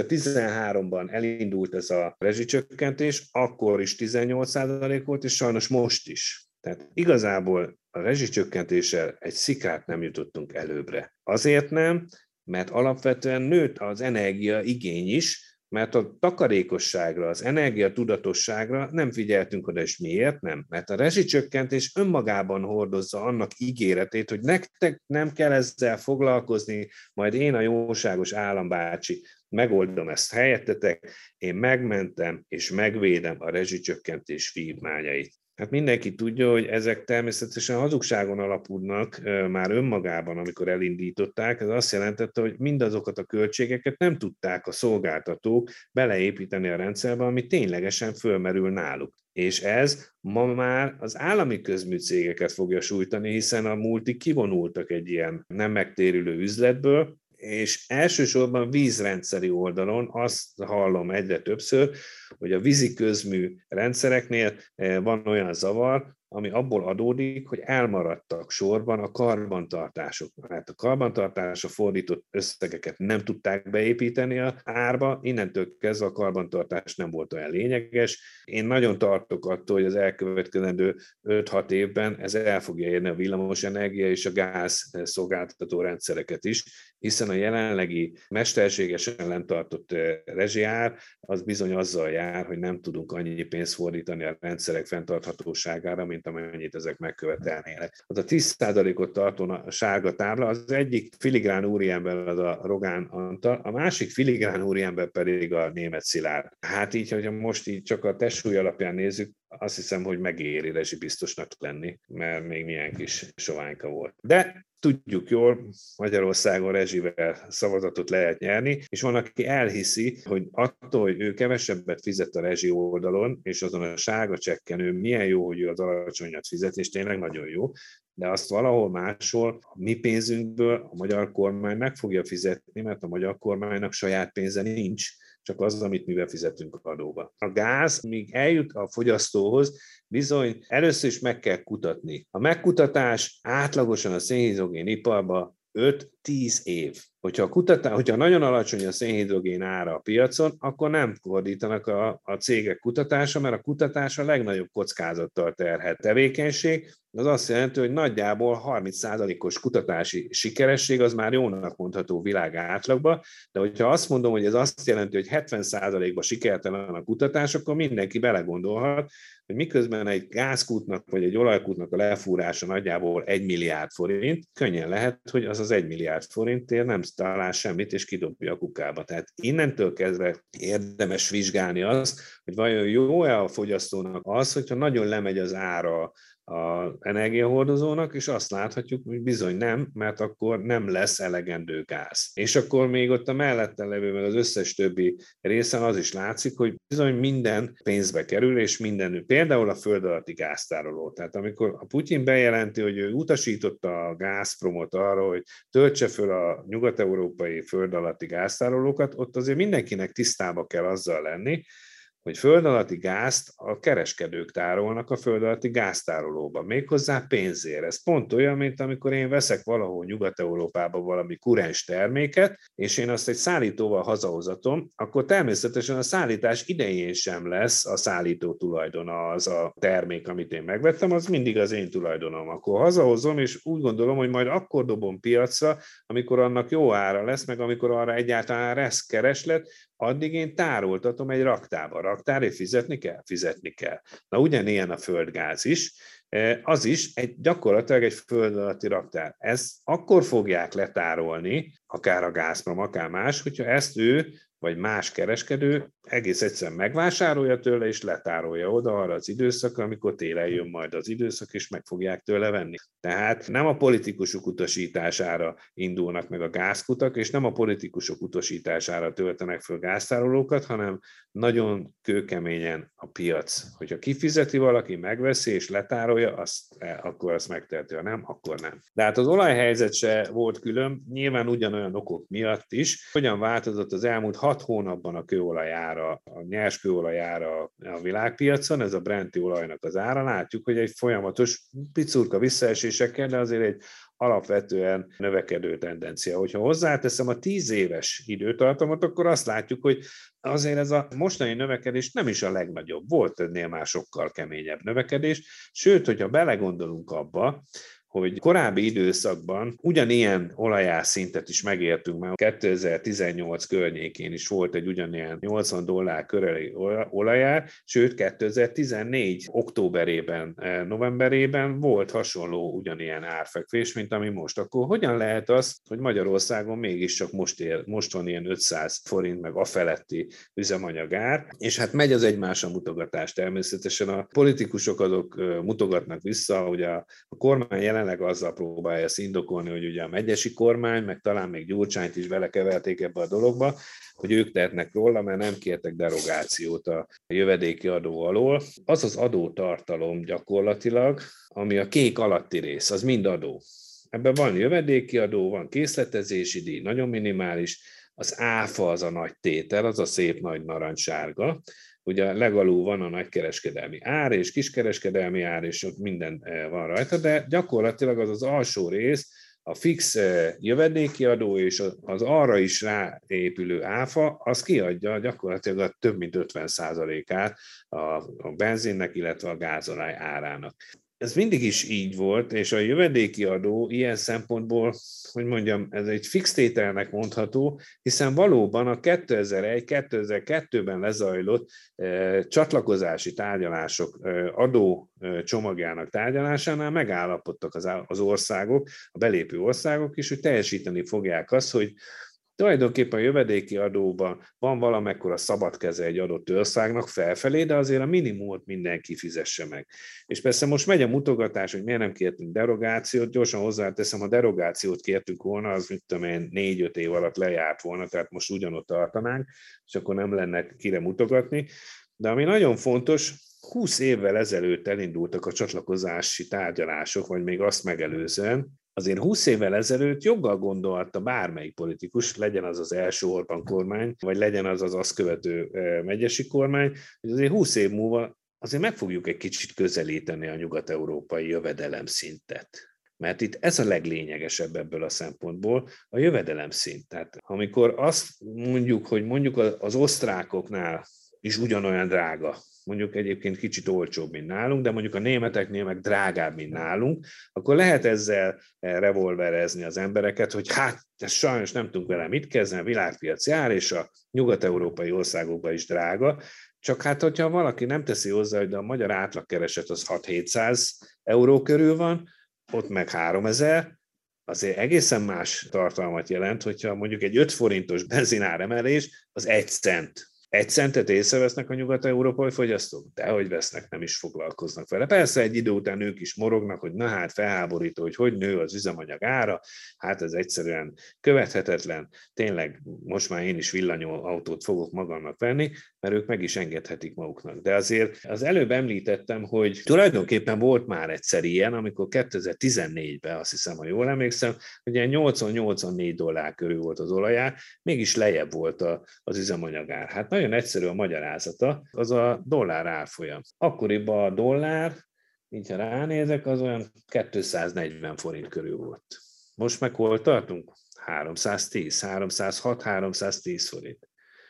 2013-ban elindult ez a rezsicsökkentés, akkor is 18% volt, és sajnos most is. Tehát igazából a rezsicsökkentéssel egy szikrát nem jutottunk előbbre. Azért nem, mert alapvetően nőtt az energia igény is, mert a takarékosságra, az energiatudatosságra nem figyeltünk oda, és miért nem? Mert a rezsicsökkentés önmagában hordozza annak ígéretét, hogy nektek nem kell ezzel foglalkozni, majd én a jóságos állambácsi megoldom ezt helyettetek, én megmentem és megvédem a rezsicsökkentés vívmányait. Hát mindenki tudja, hogy ezek természetesen hazugságon alapulnak már önmagában, amikor elindították. Ez azt jelentette, hogy mindazokat a költségeket nem tudták a szolgáltatók beleépíteni a rendszerbe, ami ténylegesen fölmerül náluk. És ez ma már az állami közműcégeket fogja sújtani, hiszen a multik kivonultak egy ilyen nem megtérülő üzletből, és elsősorban vízrendszeri oldalon azt hallom egyre többször, hogy a vízi közmű rendszereknél van olyan zavar, ami abból adódik, hogy elmaradtak sorban a karbantartások. Hát a karbantartásra fordított összegeket nem tudták beépíteni az árba, innentől kezdve a karbantartás nem volt olyan lényeges. Én nagyon tartok attól, hogy az elkövetkezendő 5-6 évben ez el fogja érni a villamosenergia és a gáz szolgáltató rendszereket is, hiszen a jelenlegi mesterségesen lentartott rezsiár az bizony azzal jár, hogy nem tudunk annyi pénzt fordítani a rendszerek fenntarthatóságára, mint amennyit ezek megkövetelnének. Az a 10%-ot tartó a sárga tábla, az egyik filigrán úriember az a Rogán Antal, a másik filigrán úriember pedig a Németh Szilárd. Hát így, hogyha most így csak a testsúly alapján nézzük, azt hiszem, hogy megéri rezsibiztosnak lenni, mert még milyen kis soványka volt. De tudjuk jól, Magyarországon rezsivel szavazatot lehet nyerni, és van, aki elhiszi, hogy attól, hogy ő kevesebbet fizet a rezsi oldalon, és azon a sárga csekken ő milyen jó, hogy ő az alacsonyat fizet, és tényleg nagyon jó, de azt valahol máshol a mi pénzünkből a magyar kormány meg fogja fizetni, mert a magyar kormánynak saját pénze nincs, csak az, amit mi befizetünk adóba. A gáz, míg eljut a fogyasztóhoz, bizony először is meg kell kutatni. A megkutatás átlagosan a szénhidrogén iparban 5-10 év. Hogyha nagyon alacsony a szénhidrogén ára a piacon, akkor nem fordítanak a cégek kutatása, mert a kutatás a legnagyobb kockázattal terhelt tevékenység. Az azt jelenti, hogy nagyjából 30%-os kutatási sikeresség az már jónak mondható világ átlagban, de hogyha azt mondom, hogy ez azt jelenti, hogy 70%-ban sikertelen a kutatás, akkor mindenki belegondolhat, hogy miközben egy gázkútnak vagy egy olajkútnak a lefúrása nagyjából 1 milliárd forint, könnyen lehet, hogy az az 1 milliárd forintért nem talál semmit, és kidobja a kukába. Tehát innentől kezdve érdemes vizsgálni azt, hogy vajon jó-e a fogyasztónak az, hogyha nagyon lemegy az ára az energiahordozónak, és azt láthatjuk, hogy bizony nem, mert akkor nem lesz elegendő gáz. És akkor még ott a mellette levő, meg az összes többi részen az is látszik, hogy bizony minden pénzbe kerül, és minden, például a föld alatti gáztároló. Tehát amikor a Putyin bejelenti, hogy ő utasította a Gazpromot arra, hogy töltse föl a nyugat-európai föld alatti gáztárolókat, ott azért mindenkinek tisztába kell azzal lenni, hogy föld alatti gázt a kereskedők tárolnak a föld alatti gáztárolóban, méghozzá pénzért. Ez pont olyan, mint amikor én veszek valahol Nyugat-Európában valami kurens terméket, és én azt egy szállítóval hazahozatom, akkor természetesen a szállítás idején sem lesz a szállító tulajdona az a termék, amit én megvettem, az mindig az én tulajdonom. Akkor hazahozom, és úgy gondolom, hogy majd akkor dobom piacra, amikor annak jó ára lesz, meg amikor arra egyáltalán lesz kereslet, addig én tároltatom egy raktárba. Raktárért fizetni kell? Fizetni kell. Na ugyanilyen a földgáz is, az is gyakorlatilag egy föld alatti raktár. Ezt akkor fogják letárolni, akár a Gazprom, akár más, hogyha ezt ő vagy más kereskedő egész egyszerűen megvásárolja tőle, és letárolja oda arra az időszakra, amikor télen jön majd az időszak, és meg fogják tőle venni. Tehát nem a politikusok utasítására indulnak meg a gázkutak, és nem a politikusok utasítására töltenek föl gáztárolókat, hanem nagyon kőkeményen a piac. Hogyha kifizeti valaki, megveszi és letárolja, akkor azt megteheti, ha nem, akkor nem. De hát az olajhelyzet se volt külön, nyilván ugyanolyan okok miatt is. Hogyan változott az elmúlt 6 hónapban a kőolajára, a nyers kőolajára a világpiacon, ez a Brenti olajnak az ára, látjuk, hogy egy folyamatos picurka visszaesésekkel, de azért egy alapvetően növekedő tendencia. Hogyha hozzáteszem a 10 éves időtartamot, akkor azt látjuk, hogy azért ez a mostani növekedés nem is a legnagyobb. Volt ennél már sokkal keményebb növekedés, sőt, hogyha belegondolunk abba, hogy korábbi időszakban ugyanilyen olajár szintet is megértünk, már 2018 környékén is volt egy ugyanilyen $80 körüli olajár, sőt 2014 októberében, novemberében volt hasonló ugyanilyen árfekvés, mint ami most. Akkor hogyan lehet az, hogy Magyarországon mégiscsak most van ilyen 500 forint meg afeletti üzemanyagár, és hát megy az egymásra mutogatás természetesen. A politikusok azok mutogatnak vissza, hogy a kormány jelenleg azzal próbálja ezt indokolni, hogy ugye a megyesi kormány, meg talán még Gyurcsányt is belekeverték ebbe a dologba, hogy ők tehetnek róla, mert nem kértek derogációt a jövedéki adó alól. Az az adótartalom gyakorlatilag, ami a kék alatti rész, az mind adó. Ebben van jövedéki adó, van készletezési díj, nagyon minimális, az áfa az a nagy tétel, az a szép nagy narancssárga. Ugye legalul van a nagykereskedelmi ár és kiskereskedelmi ár, és ott minden van rajta, de gyakorlatilag az alsó rész, a fix jövedéki adó és az arra is ráépülő áfa, az kiadja gyakorlatilag a több mint 50%-át a benzinnek, illetve a gázolaj árának. Ez mindig is így volt, és a jövedéki adó ilyen szempontból, hogy mondjam, ez egy fix tételnek mondható, hiszen valóban a 2001-2002-ben lezajlott csatlakozási tárgyalások adó csomagjának tárgyalásánál megállapodtak az országok, a belépő országok is, hogy teljesíteni fogják azt, hogy tulajdonképpen a jövedéki adóban van valamekkora szabad keze egy adott országnak felfelé, de azért a minimumot mindenki fizesse meg. És persze most megy a mutogatás, hogy miért nem kértünk derogációt, gyorsan hozzáteszem, ha derogációt kértünk volna, az mit tudom én 4-5 év alatt lejárt volna, tehát most ugyanott tartanánk, és akkor nem lenne kire mutogatni. De ami nagyon fontos, 20 évvel ezelőtt elindultak a csatlakozási tárgyalások, vagy még azt megelőzően, azért 20 évvel ezelőtt joggal gondolta bármelyik politikus, legyen az az első Orbán kormány, vagy legyen az az azt követő megyesi kormány, hogy azért 20 év múlva azért meg fogjuk egy kicsit közelíteni a nyugat-európai jövedelemszintet. Mert itt ez a leglényegesebb ebből a szempontból, a jövedelemszint. Tehát amikor azt mondjuk, hogy mondjuk az osztrákoknál is ugyanolyan drága, mondjuk egyébként kicsit olcsóbb, mint nálunk, de mondjuk a németeknél meg drágább, mint nálunk, akkor lehet ezzel revolverezni az embereket, hogy hát, ez sajnos nem tudunk vele mit kezdeni, a világpiaci ár, és a nyugat-európai országokban is drága, csak hát, hogyha valaki nem teszi hozzá, hogy a magyar átlagkereset az 6-700 euró körül van, ott meg 3000, azért egészen más tartalmat jelent, hogyha mondjuk egy 5 forintos benzinár emelés, az 1 cent. 1 centet észrevesznek a nyugat-európai fogyasztók? Dehogy vesznek, nem is foglalkoznak vele. Persze egy idő után ők is morognak, hogy na hát felháborító, hogy nő az üzemanyag ára, hát ez egyszerűen követhetetlen. Tényleg most már én is villanyautót fogok magamnak venni, mert ők meg is engedhetik maguknak. De azért az előbb említettem, hogy tulajdonképpen volt már egyszer ilyen, amikor 2014-ben, azt hiszem, ha jól emlékszem, hogy ilyen $80-84 körül volt az olajár, mégis lejjebb volt az üzemanyagár. Hát nagyon egyszerű a magyarázata, az a dollár árfolyam. Akkoriban a dollár, így ha ránézek, az olyan 240 forint körül volt. Most meg hol tartunk? 310, 306, 310 forint.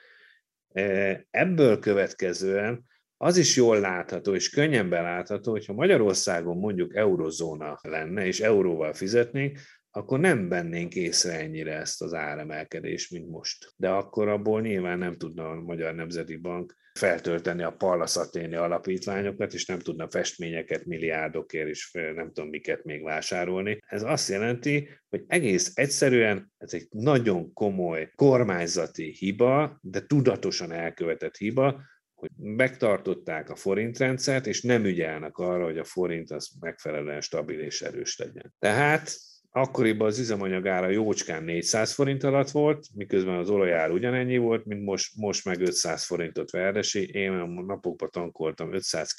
Ebből következően az is jól látható, és könnyen belátható, hogyha Magyarországon mondjuk eurozóna lenne, és euróval fizetnénk, akkor nem vennénk észre ennyire ezt az áremelkedést, mint most. De akkor abból nyilván nem tudna a Magyar Nemzeti Bank feltölteni a Pallas Athéni alapítványokat, és nem tudna festményeket milliárdokért, és nem tudom miket még vásárolni. Ez azt jelenti, hogy egész egyszerűen ez egy nagyon komoly kormányzati hiba, de tudatosan elkövetett hiba, hogy megtartották a forintrendszert, és nem ügyelnek arra, hogy a forint az megfelelően stabil és erős legyen. Tehát akkoriban az üzemanyagára jócskán 400 forint alatt volt, miközben az olajár ugyanennyi volt, mint most meg 500 forintot verdesi. Én a napokban tankoltam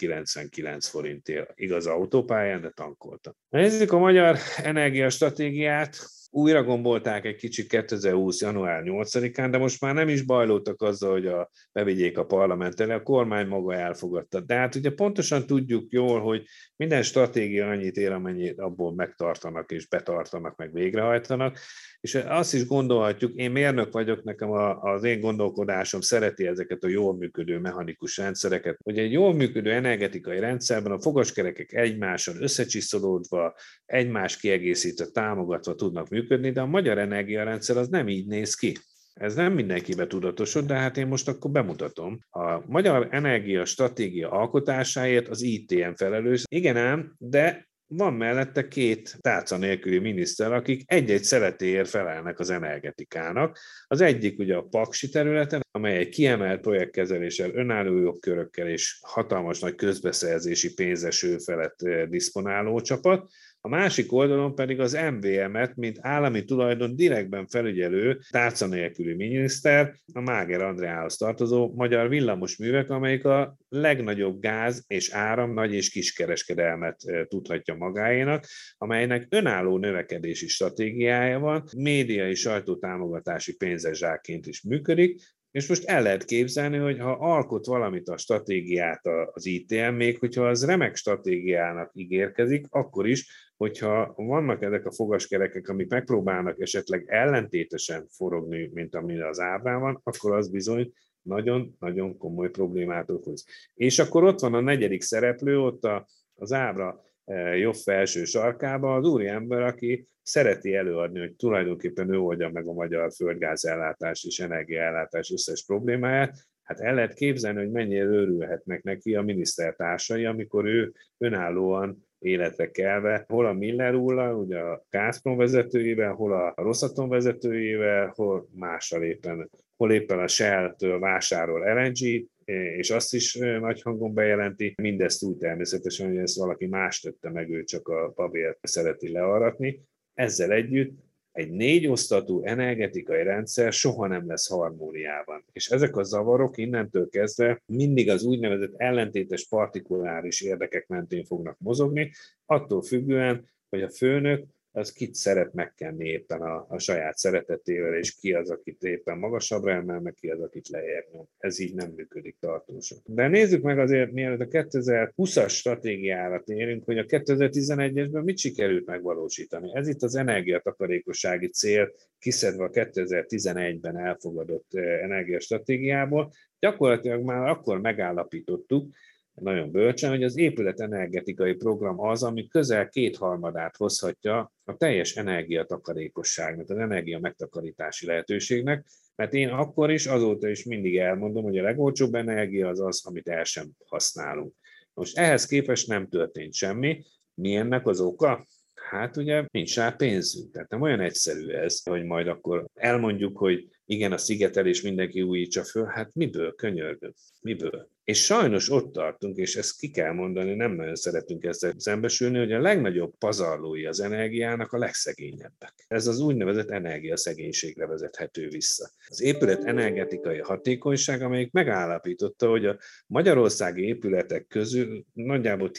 599 forintért, igaz autópályán, de tankoltam. Nézzük a magyar energiastratégiát. Újra gombolták egy kicsit 2020. január 8-án, de most már nem is bajlódtak azzal, hogy bevigyék a parlament elé, a kormány maga elfogadta. De hát ugye pontosan tudjuk jól, hogy minden stratégia annyit ér, amennyit abból megtartanak és betartanak, meg végrehajtanak. És azt is gondolhatjuk, én mérnök vagyok, nekem az én gondolkodásom szereti ezeket a jól működő mechanikus rendszereket, hogy egy jól működő energetikai rendszerben a fogaskerekek egymáson összecsiszolódva, egymás kiegészítve, támogatva tudnak működni, de a magyar energiarendszer az nem így néz ki. Ez nem mindenkibe tudatosod, de hát én most akkor bemutatom. A magyar energia stratégia alkotásáért az ITM felelős. Igen ám, de van mellette két tálca nélküli miniszter, akik egy-egy szeletéért felelnek az energetikának. Az egyik ugye a Paksi területen, amely egy kiemelt projektkezeléssel, önálló jogkörökkel és hatalmas nagy közbeszerzési pénzeső felett diszponáló csapat. A másik oldalon pedig az MVM-et, mint állami tulajdon direktben felügyelő tárca nélküli miniszter, a Máger Andreához tartozó Magyar Villamosművek, amelyik a legnagyobb gáz és áram nagy és kiskereskedelmet tudhatja magáénak, amelynek önálló növekedési stratégiája van, médiai sajtótámogatási pénzes zsákként is működik, és most el lehet képzelni, hogy ha alkot valamit a stratégiát az ITM, még hogyha az remek stratégiának ígérkezik, akkor is, hogyha vannak ezek a fogaskerekek, amik megpróbálnak esetleg ellentétesen forogni, mint ami az ábrán van, akkor az bizony nagyon-nagyon komoly problémát okoz. És akkor ott van a negyedik szereplő, ott az ábra jobb felső sarkában az úriember, aki szereti előadni, hogy tulajdonképpen ő oldja meg a magyar földgázellátás és energiaellátás összes problémáját. Hát el lehet képzelni, hogy mennyire örülhetnek neki a minisztertársai, amikor ő önállóan életre kelve, hol a Miller úrral, ugye a Gazprom vezetőjével, hol a Rosatom vezetőjével, hol mással éppen, hol éppen a Shell-től vásárol LNG-t, és azt is nagy hangon bejelenti, mindezt úgy természetesen, hogy ezt valaki más tette meg, ő csak a babért szereti learatni. Ezzel együtt egy 4 osztatú energetikai rendszer soha nem lesz harmóniában. És ezek a zavarok innentől kezdve mindig az úgynevezett ellentétes partikuláris érdekek mentén fognak mozogni, attól függően, hogy a főnök az kit szeret megkenni éppen a saját szeretetével, és ki az, akit éppen magasabbra emel, meg ki az, akit lejjebb nyom. Ez így nem működik tartósan. De nézzük meg azért, mielőtt a 2020-as stratégiára térünk, hogy a 2011-esben mit sikerült megvalósítani. Ez itt az energiatakarékossági cél, kiszedve a 2011-ben elfogadott energiastratégiából. Gyakorlatilag már akkor megállapítottuk, nagyon bölcsen, hogy az épületenergetikai program az, ami közel 2/3 hozhatja a teljes energiatakarékosságnak, az energia megtakarítási lehetőségnek, mert én akkor is, azóta is mindig elmondom, hogy a legolcsóbb energia az az, amit el sem használunk. Most ehhez képest nem történt semmi. Mi ennek az oka? Hát ugye nincs rá pénzünk, tehát nem olyan egyszerű ez, hogy majd akkor elmondjuk, hogy igen, a szigetelés mindenki újítsa föl, hát miből, könyörgöm, miből? És sajnos ott tartunk, és ezt ki kell mondani, nem nagyon szeretünk ezzel szembesülni, hogy a legnagyobb pazarlói az energiának a legszegényebbek. Ez az úgynevezett energiaszegénységre vezethető vissza. Az épület energetikai hatékonyság, amelyik megállapította, hogy a magyarországi épületek közül nagyjából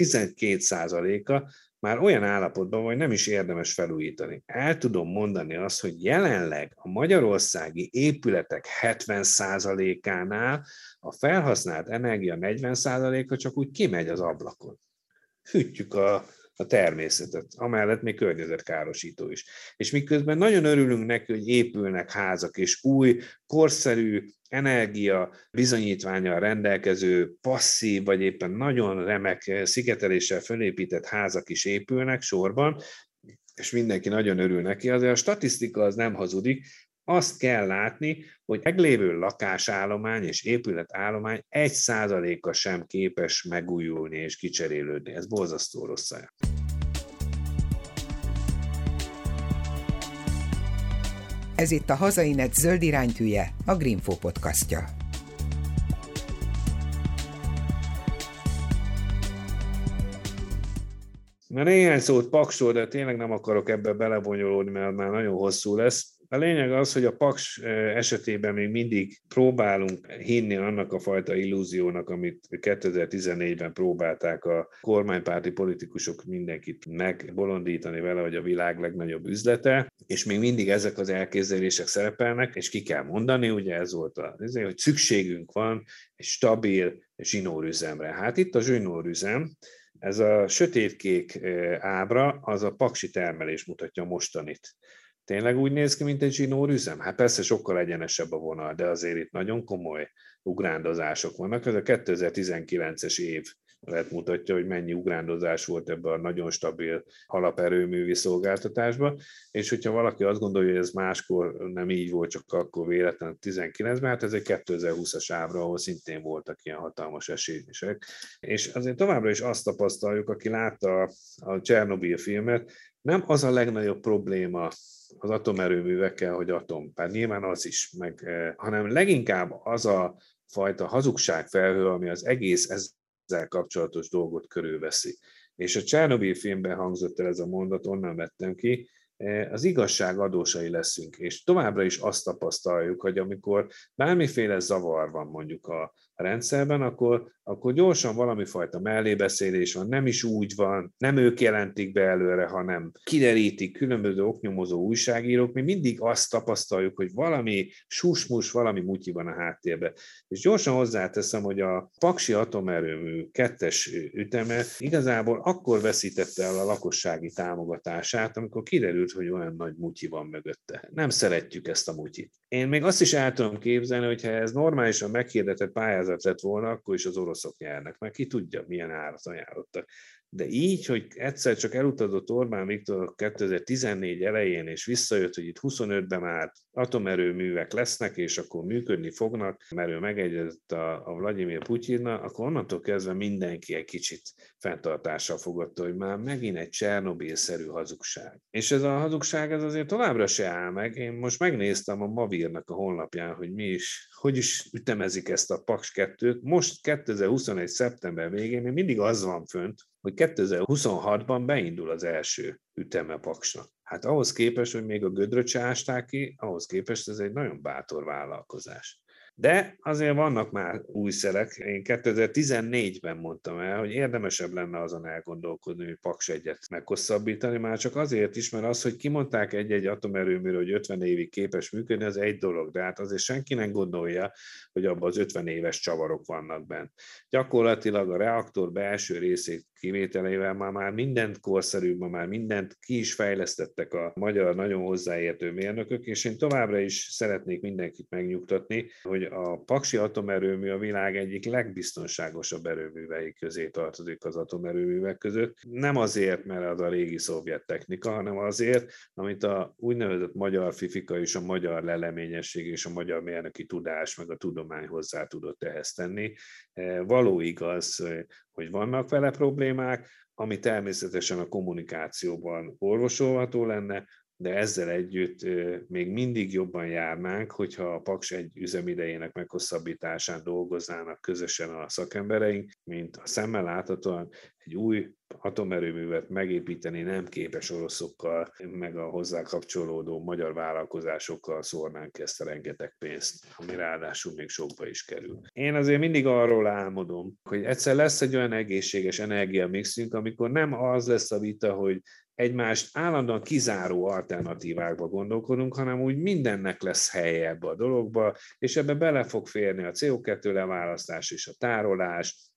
12%-a már olyan állapotban, hogy nem is érdemes felújítani. El tudom mondani azt, hogy jelenleg a magyarországi épületek 70%-ánál a felhasznált energia 40%-a csak úgy kimegy az ablakon. Hűtjük a természetet, amellett még környezetkárosító is. És miközben nagyon örülünk neki, hogy épülnek házak, és új, korszerű energia bizonyítvánnyal rendelkező, passzív, vagy éppen nagyon remek szigeteléssel fölépített házak is épülnek sorban, és mindenki nagyon örül neki, azért a statisztika az nem hazudik, azt kell látni, hogy meglévő lakásállomány és épületállomány 1%-a sem képes megújulni és kicserélődni. Ez borzasztó rossz. Ez itt a Hazainet zöld iránytűje, a Greenfo podcastja. Na, néhány szót Paksról, de tényleg nem akarok ebbe belebonyolódni, mert már nagyon hosszú lesz. A lényeg az, hogy a Paks esetében még mindig próbálunk hinni annak a fajta illúziónak, amit 2014-ben próbálták a kormánypárti politikusok mindenkit megbolondítani vele, hogy a világ legnagyobb üzlete, és még mindig ezek az elképzelések szerepelnek, és ki kell mondani, ugye ez volt hogy szükségünk van egy stabil zsinórüzemre. Hát itt a zsinórüzem, ez a sötétkék ábra, az a paksi termelés mutatja mostanit. Tényleg úgy néz ki, mint egy zsinórüzem? Hát persze sokkal egyenesebb a vonal, de azért itt nagyon komoly ugrándozások vannak. Ez a 2019-es évet mutatja, hogy mennyi ugrándozás volt ebben a nagyon stabil alaperőművi szolgáltatásban, és hogyha valaki azt gondolja, hogy ez máskor nem így volt, csak akkor véletlen 19-ben, hát ez egy 2020-as ábra, ahol szintén voltak ilyen hatalmas esések. És azért továbbra is azt tapasztaljuk, aki látta a Csernobil filmet, nem az a legnagyobb probléma az atomerőművekkel, hogy atom, bár nyilván az is, hanem leginkább az a fajta hazugságfelhő, ami az egész ezzel kapcsolatos dolgot körülveszi. És a Csernobil filmben hangzott el ez a mondat, onnan vettem ki, az igazság adósai leszünk, és továbbra is azt tapasztaljuk, hogy amikor bármiféle zavar van mondjuk a rendszerben, akkor gyorsan valami fajta mellébeszélés van, nem is úgy van, nem ők jelentik be előre, hanem kiderítik különböző oknyomozó újságírók, mi mindig azt tapasztaljuk, hogy valami susmus, valami mutyi van a háttérben. És gyorsan hozzáteszem, hogy a Paksi atomerőmű 2-es üteme igazából akkor veszítette el a lakossági támogatását, amikor kiderült, hogy olyan nagy mutyi van mögötte. Nem szeretjük ezt a mutyit. Én még azt is el tudom képzelni, hogy ha ez normálisan meghirdetett pályázat lett volna, akkor is az oroszok nyernek, mert ki tudja, milyen árat ajánlottak. De így, hogy egyszer csak elutazott Orbán Viktor 2014 elején, és visszajött, hogy itt 25-ben már atomerőművek lesznek, és akkor működni fognak, mert ő megegyezett a Vladimir Putyinnal, akkor onnantól kezdve mindenki egy kicsit fenntartással fogadta, hogy már megint egy Csernobil-szerű hazugság. És ez a hazugság ez azért továbbra se áll meg. Én most megnéztem a Mavirnak a honlapján, hogy hogy is ütemezik ezt a Paks 2-t. Most 2021. szeptember végén még mindig az van fönt, hogy 2026-ban beindul az első üteme Paksnak. Hát ahhoz képest, hogy még a gödröt se ásták ki, ahhoz képest ez egy nagyon bátor vállalkozás. De azért vannak már új szelek. Én 2014-ben mondtam el, hogy érdemesebb lenne azon elgondolkodni, hogy Paks 1-et meghosszabbítani, már csak azért is, mert az, hogy kimondták egy-egy atomerőműről, hogy 50 évig képes működni, az egy dolog, de hát azért senki nem gondolja, hogy abban az 50 éves csavarok vannak benne. Gyakorlatilag a reaktor belső részét kivételével már mindent korszerűbb, már mindent ki is fejlesztettek a magyar nagyon hozzáértő mérnökök, és én továbbra is szeretnék mindenkit megnyugtatni, hogy a Paksi atomerőmű a világ egyik legbiztonságosabb erőművei közé tartozik az atomerőművek között. Nem azért, mert az a régi szovjet technika, hanem azért, amit a úgynevezett magyar fifika és a magyar leleményesség és a magyar mérnöki tudás meg a tudomány hozzá tudott ehhez tenni. Való igaz, hogy vannak vele problémák, ami természetesen a kommunikációban orvosolható lenne, de ezzel együtt még mindig jobban járnánk, hogyha a Paks 1 üzemidejének meghosszabbításán dolgoznának közösen a szakembereink, mint a szemmel láthatóan egy új atomerőművet megépíteni nem képes oroszokkal, meg a hozzá kapcsolódó magyar vállalkozásokkal szórnánk ezt a rengeteg pénzt, ami ráadásul még sokba is kerül. Én azért mindig arról álmodom, hogy egyszer lesz egy olyan egészséges energiamixünk, amikor nem az lesz a vita, hogy egymást állandóan kizáró alternatívákba gondolkodunk, hanem úgy mindennek lesz helye ebbe a dologba, és ebbe bele fog férni a CO2 leválasztás és a tárolás,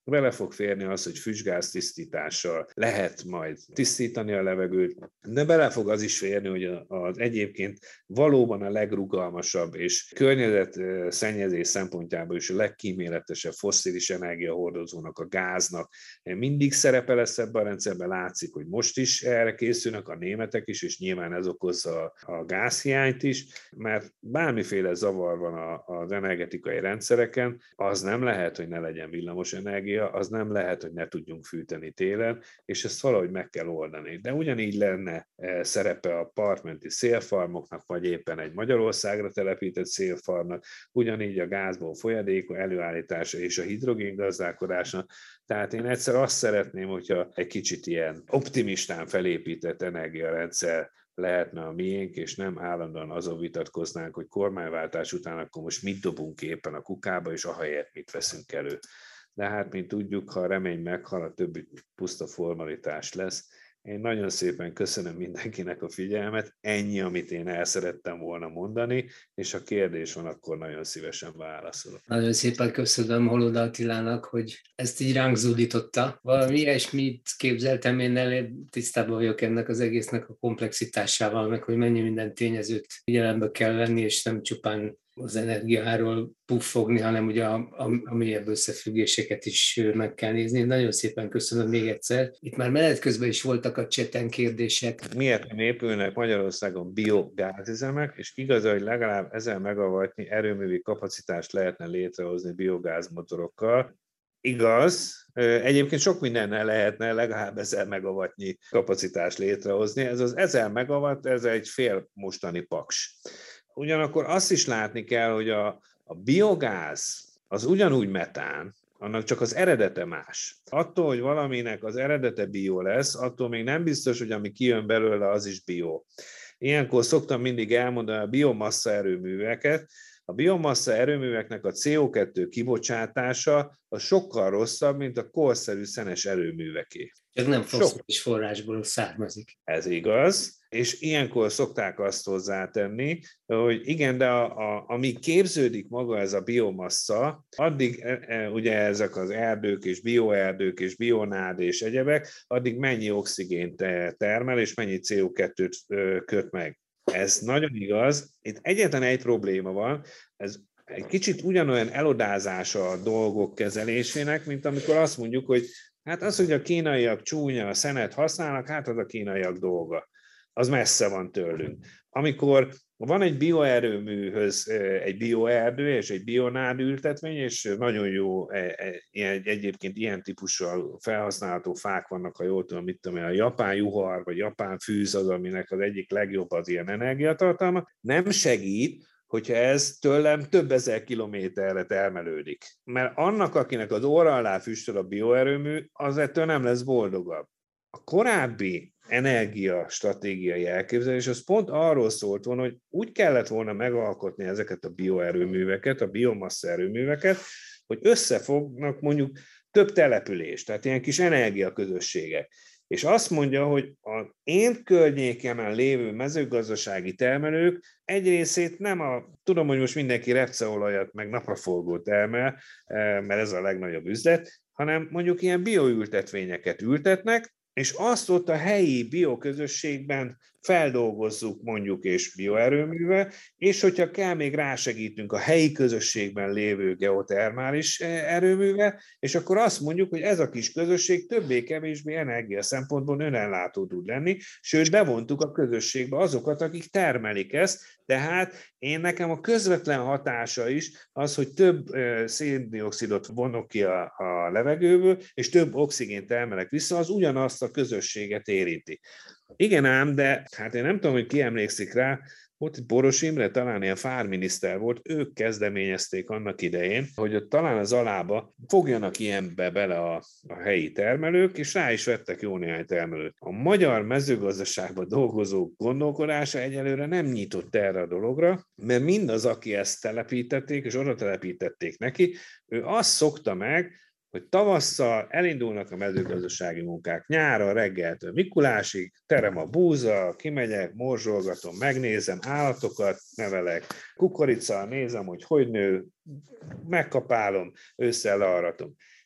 Bele fog férni az, hogy füstgáz tisztítással lehet majd tisztítani a levegőt, de bele fog az is férni, hogy az egyébként valóban a legrugalmasabb és környezetszennyezés szempontjából is a legkíméletesebb fosszilis energiahordozónak, a gáznak mindig szerepe lesz ebben a rendszerben. Látszik, hogy most is erre készülnek a németek is, és nyilván ez okozza a gázhiányt is, mert bármiféle zavar van az energetikai rendszereken, az nem lehet, hogy ne legyen villamos energia, az nem lehet, hogy ne tudjunk fűteni télen, és ezt valahogy meg kell oldani. De ugyanígy lenne szerepe a partmenti szélfarmoknak, vagy éppen egy Magyarországra telepített szélfarmnak, ugyanígy a gázból folyadék előállítása és a hidrogéngazdálkodásnak. Tehát én egyszer azt szeretném, hogyha egy kicsit ilyen optimistán felépített energiarendszer lehetne a miénk, és nem állandóan azon vitatkoznánk, hogy kormányváltás után akkor most mit dobunk éppen a kukába, és ahelyett mit veszünk elő. De hát, mint tudjuk, ha a remény meghal, a többi puszta formalitás lesz. Én nagyon szépen köszönöm mindenkinek a figyelmet, ennyi, amit én el szerettem volna mondani, és ha kérdés van, akkor nagyon szívesen válaszolok. Nagyon szépen köszönöm Holoda Attilának, hogy ezt így ránk zúdította. Valami ilyesmit képzeltem én el, tisztában vagyok ennek az egésznek a komplexitásával, meg hogy mennyi minden tényezőt figyelembe kell venni, és nem csupán az energiáról puffogni, hanem ugye a mélyebb összefüggéseket is meg kell nézni. Nagyon szépen köszönöm még egyszer. Itt már menet közben is voltak a chaten kérdések. Miért nem épülnek Magyarországon biogázüzemek, és igaz, hogy legalább 1000 megawattnyi erőművi kapacitást lehetne létrehozni biogázmotorokkal. Igaz, egyébként sok mindennel lehetne legalább 1000 megawattnyi kapacitást létrehozni. Ez az 1000 megawatt, ez egy fél mostani paks. Ugyanakkor azt is látni kell, hogy a biogáz az ugyanúgy metán, annak csak az eredete más. Attól, hogy valaminek az eredete bio lesz, attól még nem biztos, hogy ami kijön belőle, az is bio. Ilyenkor szoktam mindig elmondani a biomassa erőműveket. A biomassa erőműveknek a CO2 kibocsátása az sokkal rosszabb, mint a korszerű szenes erőműveké. Ez nem fosszilis forrásból származik. Ez igaz, és ilyenkor szokták azt hozzátenni, hogy igen, de amíg képződik maga ez a biomassa, addig ugye ezek az erdők és bioerdők és bionád és egyebek, addig mennyi oxigént termel és mennyi CO2-t köt meg. Ez nagyon igaz. Itt egyetlen egy probléma van, ez egy kicsit ugyanolyan elodázása a dolgok kezelésének, mint amikor azt mondjuk, hogy hát az, hogy a kínaiak csúnya szenet használnak, hát az a kínaiak dolga. Az messze van tőlünk. Amikor van egy bioerőműhöz egy bioerdő és egy bionád ültetmény, és nagyon jó egyébként ilyen típusú felhasználható fák vannak, ha jól tudom, mit tudom én, a japán juhar, vagy japán fűz az, aminek az egyik legjobb az ilyen energiatartalma, nem segít, hogyha ez tőlem több ezer kilométerre termelődik. Mert annak, akinek az orra alá füstöl a bioerőmű, az ettől nem lesz boldogabb. A korábbi energiastratégiai elképzelés az pont arról szólt volna, hogy úgy kellett volna megalkotni ezeket a bioerőműveket, a biomassa erőműveket, hogy összefognak mondjuk több települést, tehát ilyen kis energiaközösségek. És azt mondja, hogy az én környékemen lévő mezőgazdasági termelők egy részét tudom, hogy most mindenki repceolajat meg napraforgót termel, mert ez a legnagyobb üzlet, hanem mondjuk ilyen bioültetvényeket ültetnek, és azt ott a helyi bioközösségben feldolgozzuk mondjuk és bioerőművel, és hogyha kell, még rásegítünk a helyi közösségben lévő geotermális erőművel, és akkor azt mondjuk, hogy ez a kis közösség többé-kevésbé energia szempontból önellátó tud lenni, sőt bevontuk a közösségbe azokat, akik termelik ezt, tehát nekem a közvetlen hatása is az, hogy több széndioxidot vonok ki a levegőből, és több oxigént termelek vissza, az ugyanazt a közösséget érinti. Igen ám, de hát én nem tudom, hogy ki emlékszik rá, ott Boros Imre talán ilyen fárminiszter volt, ők kezdeményezték annak idején, hogy talán az alába fogjanak ilyenbe bele a helyi termelők, és rá is vettek jó néhány termelőt. A magyar mezőgazdaságban dolgozók gondolkodása egyelőre nem nyitott erre a dologra, mert mindaz, aki ezt telepítették, és oda telepítették neki, ő azt szokta meg, hogy tavasszal elindulnak a mezőgazdasági munkák, nyára reggeltől Mikulásig, terem a búza, kimegyek, morzsolgatom, megnézem, állatokat nevelek, kukorica, nézem, hogy nő, megkapálom, ősszel learatom.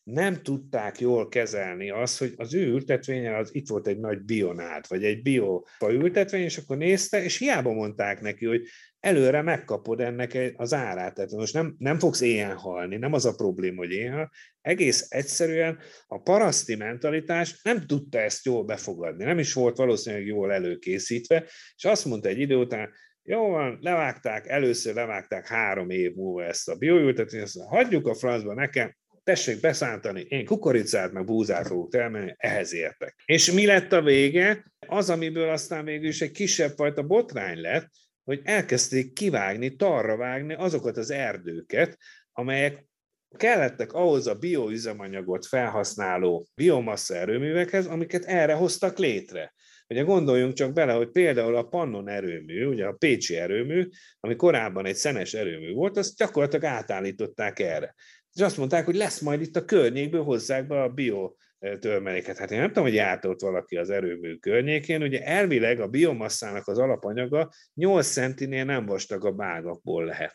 nem tudták jól kezelni azt, hogy az ő ültetvényen az itt volt egy nagy bionád, vagy egy biofa ültetvény, és akkor nézte, és hiába mondták neki, hogy előre megkapod ennek az árát. Tehát most nem fogsz éhen halni, nem az a probléma, hogy éhen, egész egyszerűen a paraszti mentalitás nem tudta ezt jól befogadni, nem is volt valószínűleg jól előkészítve, és azt mondta egy idő után, jó van, először levágták 3 év múlva ezt a bioültetvényt, azt mondta, hagyjuk a francba nekem, tessék beszántani, én kukoricát meg búzát fogok termelni, ehhez értek. És mi lett a vége? Az, amiből aztán végül is egy kisebb fajta botrány lett, hogy elkezdték kivágni, tarra vágni azokat az erdőket, amelyek kellettek ahhoz a bioüzemanyagot felhasználó biomassa erőművekhez, amiket erre hoztak létre. Ugye gondoljunk csak bele, hogy például a Pannon erőmű, ugye a pécsi erőmű, ami korábban egy szenes erőmű volt, azt gyakorlatilag átállították erre. És azt mondták, hogy lesz majd itt a környékből hozzák be a biotörmeléket. Hát én nem tudom, hogy járt ott valaki az erőmű környékén, ugye elvileg a biomasszának az alapanyaga 8 centinél nem vastagabb ágakból lehet.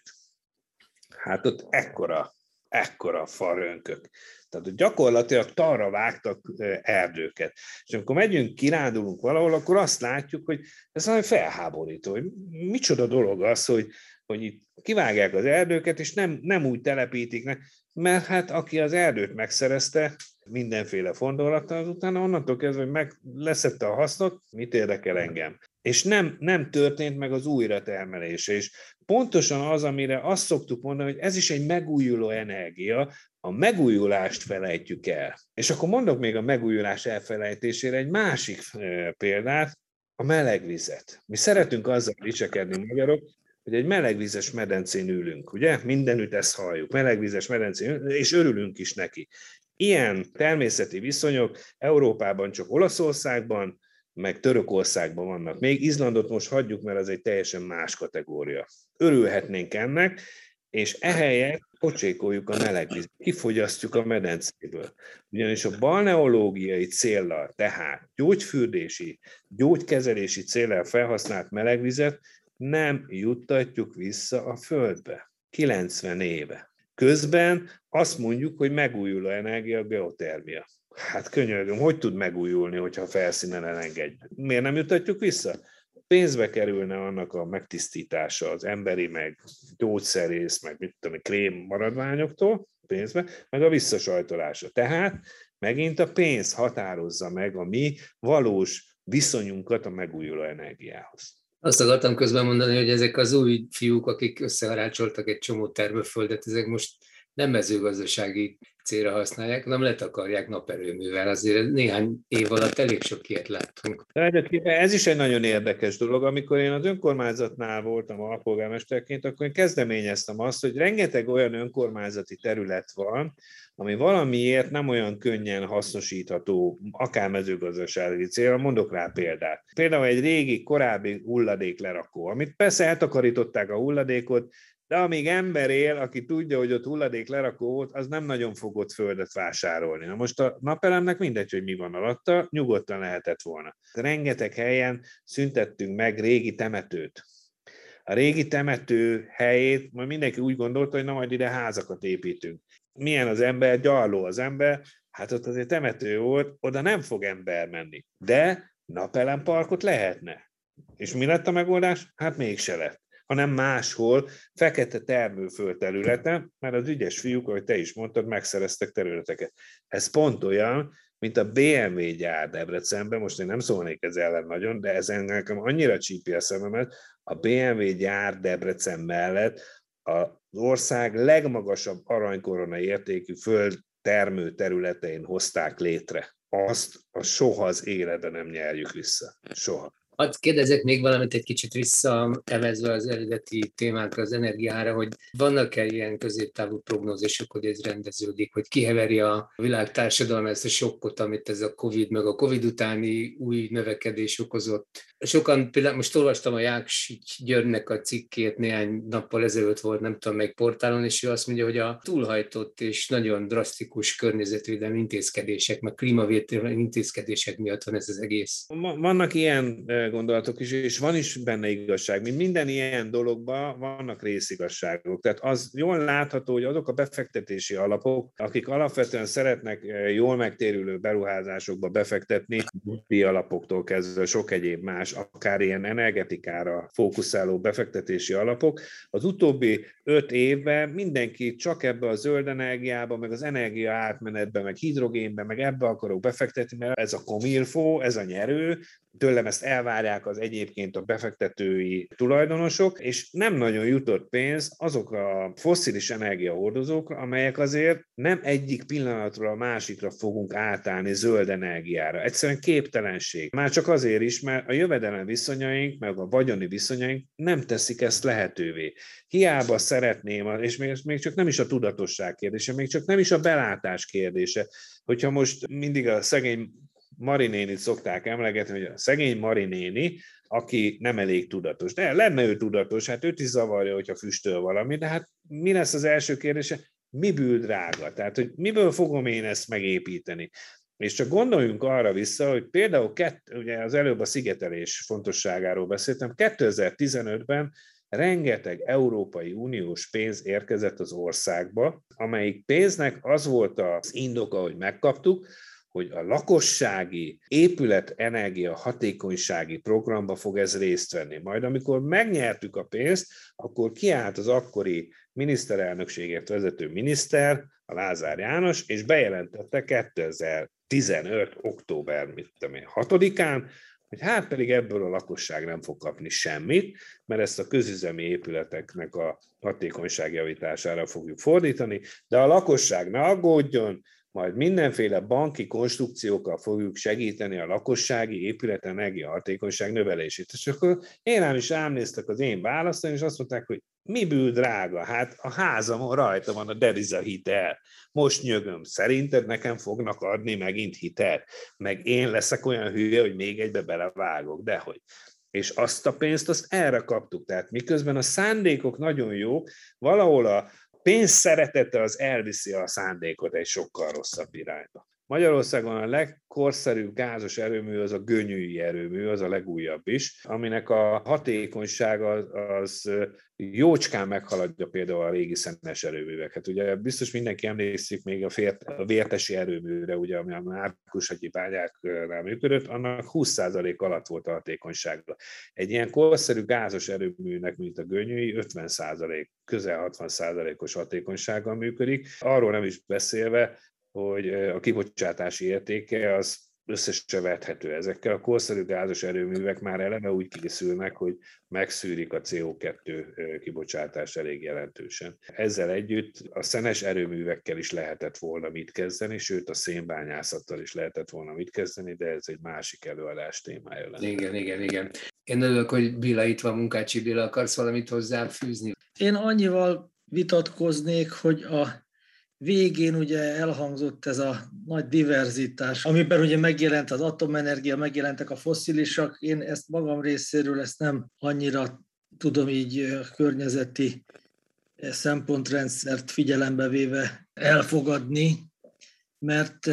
Hát ott ekkora farönkök. Tehát gyakorlatilag tarra vágtak erdőket. És amikor megyünk, kirándulunk valahol, akkor azt látjuk, hogy ez nagyon felháborító, hogy micsoda dolog az, hogy itt kivágják az erdőket, és nem úgy telepítik, mert hát aki az erdőt megszerezte, mindenféle fondolattal, azután onnantól kezdve, hogy leszette a hasznot, mit érdekel engem. És nem történt meg az újratermelése. És pontosan az, amire azt szoktuk mondani, hogy ez is egy megújuló energia, a megújulást felejtjük el. És akkor mondok még a megújulás elfelejtésére egy másik példát, a melegvizet. Mi szeretünk azzal dicsekedni magyarok, hogy egy melegvizes medencén ülünk, ugye? Mindenütt ezt halljuk, melegvizes medencén ülünk, és örülünk is neki. Ilyen természeti viszonyok Európában csak Olaszországban, meg Törökországban vannak. Még Izlandot most hagyjuk, mert az egy teljesen más kategória. Örülhetnénk ennek, és ehelyett pocsékoljuk a melegvizet, kifogyasztjuk a medencéből. Ugyanis a balneológiai céllal, tehát gyógyfürdési, gyógykezelési céllal felhasznált melegvizet nem juttatjuk vissza a földbe. 90 éve. Közben azt mondjuk, hogy megújuló energia a geotermia. Hát könyörgöm, hogy tud megújulni, hogyha a felszínen elengedjük? Miért nem juttatjuk vissza? Pénzbe kerülne annak a megtisztítása az emberi, meg gyógyszerész, meg mit tudom, krém maradványoktól, pénzbe, meg a visszasajtolása. Tehát megint a pénz határozza meg a mi valós viszonyunkat a megújuló energiához. Azt akartam közben mondani, hogy ezek az új fiúk, akik összeharácsoltak egy csomó termőföldet, ezek most nem mezőgazdasági célra használják, nem letakarják naperőművel. Azért néhány év alatt elég sok ilyet láttunk. Ez is egy nagyon érdekes dolog. Amikor én az önkormányzatnál voltam alpolgármesterként, akkor én kezdeményeztem azt, hogy rengeteg olyan önkormányzati terület van, ami valamiért nem olyan könnyen hasznosítható, akár mezőgazdasági célra. Mondok rá példát. Például egy régi, korábbi hulladéklerakó, amit persze eltakarították a hulladékot, de amíg ember él, aki tudja, hogy ott hulladék lerakó volt, az nem nagyon fogott földet vásárolni. Na most a napelemnek mindegy, hogy mi van alatta, nyugodtan lehetett volna. Rengeteg helyen szüntettünk meg régi temetőt. A régi temető helyét majd mindenki úgy gondolta, hogy na majd ide házakat építünk. Milyen az ember? Gyarló az ember. Hát ott azért temető volt, oda nem fog ember menni. De napelemparkot lehetne. És mi lett a megoldás? Hát mégse lett, hanem máshol, fekete termőföld területen, mert az ügyes fiúk, ahogy te is mondtad, megszereztek területeket. Ez pont olyan, mint a BMW gyár Debrecenben, most én nem szólnék ez ellen nagyon, de ez nekem annyira csípi a szememet, a BMW gyár Debrecen mellett az ország legmagasabb aranykorona értékű föld termő területein hozták létre. Azt soha az életben nem nyerjük vissza. Soha. Hadd kérdezek még valamit egy kicsit visszatevezve az eredeti témánkra, az energiára, hogy vannak-e ilyen középtávú prognózisok, hogy ez rendeződik, hogy kiheveri a világtársadalom ezt a sokkot, amit ez a Covid, meg a Covid utáni új növekedés okozott. Sokan, például most olvastam a Jáksics Györgynek a cikkét, néhány nappal ezelőtt volt, nem tudom melyik portálon, és ő azt mondja, hogy a túlhajtott és nagyon drasztikus környezetvédelmi intézkedések, meg klímavédelmi intézkedések miatt van ez az egész. Vannak ilyen gondolatok is, és van is benne igazság. Mint minden ilyen dologban vannak részigazságok. Tehát az jól látható, hogy azok a befektetési alapok, akik alapvetően szeretnek jól megtérülő beruházásokba befektetni, alapoktól kezdve sok egyéb más, akár ilyen energetikára fókuszáló befektetési alapok, az utóbbi 5 évben mindenki csak ebbe a zöld energiába, meg az energia átmenetbe, meg hidrogénbe, meg ebbe akarok befektetni, mert ez a komilfó, ez a nyerő, tőlem ezt elvárják az egyébként a befektetői tulajdonosok, és nem nagyon jutott pénz azokra a fosszilis energiahordozókra, amelyek azért nem egyik pillanatról a másikra fogunk átállni zöld energiára. Egyszerűen képtelenség. Már csak azért is, mert a jövedelem viszonyaink, meg a vagyoni viszonyaink nem teszik ezt lehetővé. Hiába szeretném, és még csak nem is a tudatosság kérdése, még csak nem is a belátás kérdése, hogyha most mindig a szegény Mari nénit szokták emlegetni, hogy a szegény Mari néni, aki nem elég tudatos. De lenne ő tudatos, hát őt is zavarja, hogyha füstöl valami, de hát mi lesz az első kérdése? Miből drága? Tehát, hogy miből fogom én ezt megépíteni? És csak gondoljunk arra vissza, hogy például ugye az előbb a szigetelés fontosságáról beszéltem, 2015-ben rengeteg Európai Uniós pénz érkezett az országba, amelyik pénznek az volt az indoka, hogy megkaptuk, hogy a lakossági épületenergia hatékonysági programba fog ez részt venni. Majd amikor megnyertük a pénzt, akkor kiállt az akkori miniszterelnökséget vezető miniszter, a Lázár János, és bejelentette 2015. október 6-án, hogy hát pedig ebből a lakosság nem fog kapni semmit, mert ezt a közüzemi épületeknek a hatékonyságjavítására fogjuk fordítani, de a lakosság ne aggódjon, majd mindenféle banki konstrukciókkal fogjuk segíteni a lakossági épületenergia hatékonyság növelését. És akkor én rám is rámnéztek az én választom, és azt mondták, hogy miből drága? Hát a házamon rajta van a devizahitel. Most nyögöm, szerinted nekem fognak adni megint hitelt? Meg én leszek olyan hülye, hogy még egybe belevágok, dehogy. És azt a pénzt, azt erre kaptuk. Tehát miközben a szándékok nagyon jók, valahol a pénz szeretete az elviszi a szándékot egy sokkal rosszabb irányba. Magyarországon a legkorszerűbb gázos erőmű az a gönyűi erőmű, az a legújabb is, aminek a hatékonysága az jócskán meghaladja például a régi szenes erőműveket. Ugye biztos mindenki emlékszik még a vértesi erőműre, ugye, ami a Márkushegyi bányáknál működött, annak 20% alatt volt a hatékonysága. Egy ilyen korszerű gázos erőműnek, mint a gönyűi, 50%, közel 60%-os hatékonysággal működik. Arról nem is beszélve, hogy a kibocsátási értéke az összevethető ezekkel. A korszerű gázos erőművek már eleve úgy készülnek, hogy megszűrik a CO2 kibocsátást elég jelentősen. Ezzel együtt a szenes erőművekkel is lehetett volna mit kezdeni, sőt a szénbányászattal is lehetett volna mit kezdeni, de ez egy másik előadás témája lenne. Igen. Én örülök, hogy Béla itt van, Munkácsi Béla, akarsz valamit hozzáfűzni? Én annyival vitatkoznék, hogy a végén ugye elhangzott ez a nagy diverzitás, amiben ugye megjelent az atomenergia, megjelentek a fosszilisak. Én ezt magam részéről ezt nem annyira tudom így környezeti szempontrendszert figyelembe véve elfogadni, mert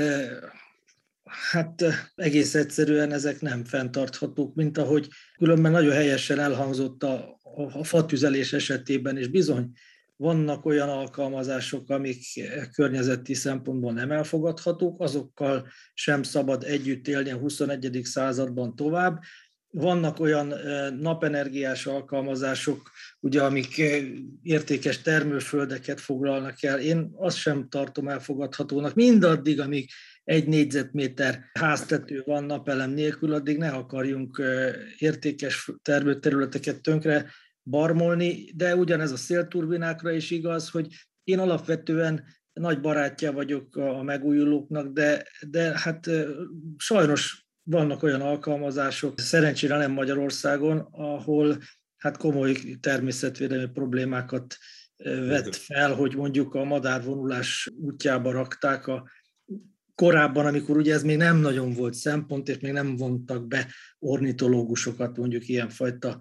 hát egész egyszerűen ezek nem fenntarthatók, mint ahogy különben nagyon helyesen elhangzott a fatüzelés esetében is bizony. Vannak olyan alkalmazások, amik környezeti szempontból nem elfogadhatók, azokkal sem szabad együtt élni a 21. században tovább. Vannak olyan napenergiás alkalmazások, ugye, amik értékes termőföldeket foglalnak el. Én azt sem tartom elfogadhatónak. Mindaddig, amíg 1 négyzetméter háztető van napelem nélkül, addig ne akarjunk értékes termőterületeket tönkre barmolni, de ugyanez a szélturbinákra is igaz, hogy én alapvetően nagy barátja vagyok a megújulóknak, de hát sajnos vannak olyan alkalmazások, szerencsére nem Magyarországon, ahol hát komoly természetvédelmi problémákat vett fel, hogy mondjuk a madárvonulás útjába rakták korábban, amikor ugye ez még nem nagyon volt szempont, és még nem vontak be ornitológusokat mondjuk ilyenfajta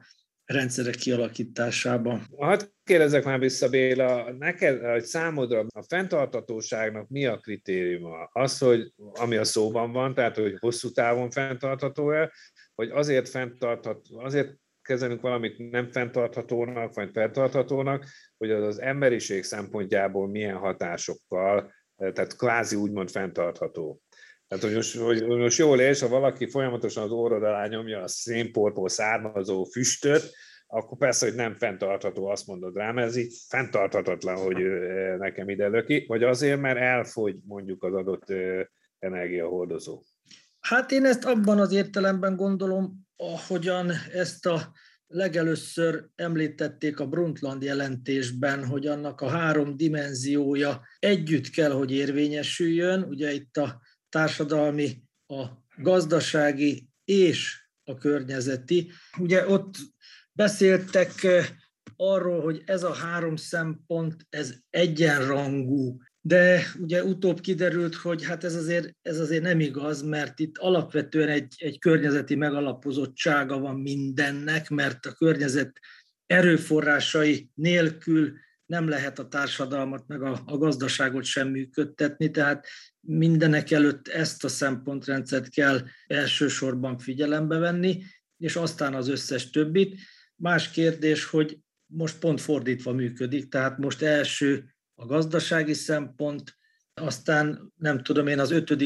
rendszerek kialakításában. Hadd kérdezek már vissza, Béla, neked, hogy számodra a fenntarthatóságnak mi a kritériuma? Az, hogy ami a szóban van, tehát hogy hosszú távon fenntartható-e, hogy azért kezelünk valamit nem fenntarthatónak, vagy fenntarthatónak, hogy az emberiség szempontjából milyen hatásokkal, tehát kvázi úgymond fenntartható. Tehát, hogy most jól érts, ha valaki folyamatosan az orrod alá nyomja a szénporból származó füstöt, akkor persze, hogy nem fenntartható, azt mondod rám, ez így fenntarthatatlan, hogy nekem ide löki, vagy azért, mert elfogy mondjuk az adott energiahordozó. Hát én ezt abban az értelemben gondolom, ahogyan ezt a legelőször említették a Brundtland jelentésben, hogy annak a 3 dimenziója együtt kell, hogy érvényesüljön. Ugye itt a társadalmi, a gazdasági és a környezeti. Ugye ott beszéltek arról, hogy ez a 3 szempont, ez egyenrangú, de ugye utóbb kiderült, hogy hát ez azért nem igaz, mert itt alapvetően egy környezeti megalapozottsága van mindennek, mert a környezet erőforrásai nélkül nem lehet a társadalmat meg a gazdaságot sem működtetni, tehát mindenek előtt ezt a szempontrendszert kell elsősorban figyelembe venni, és aztán az összes többit. Más kérdés, hogy most pont fordítva működik, tehát most első a gazdasági szempont, aztán nem tudom én, az 5.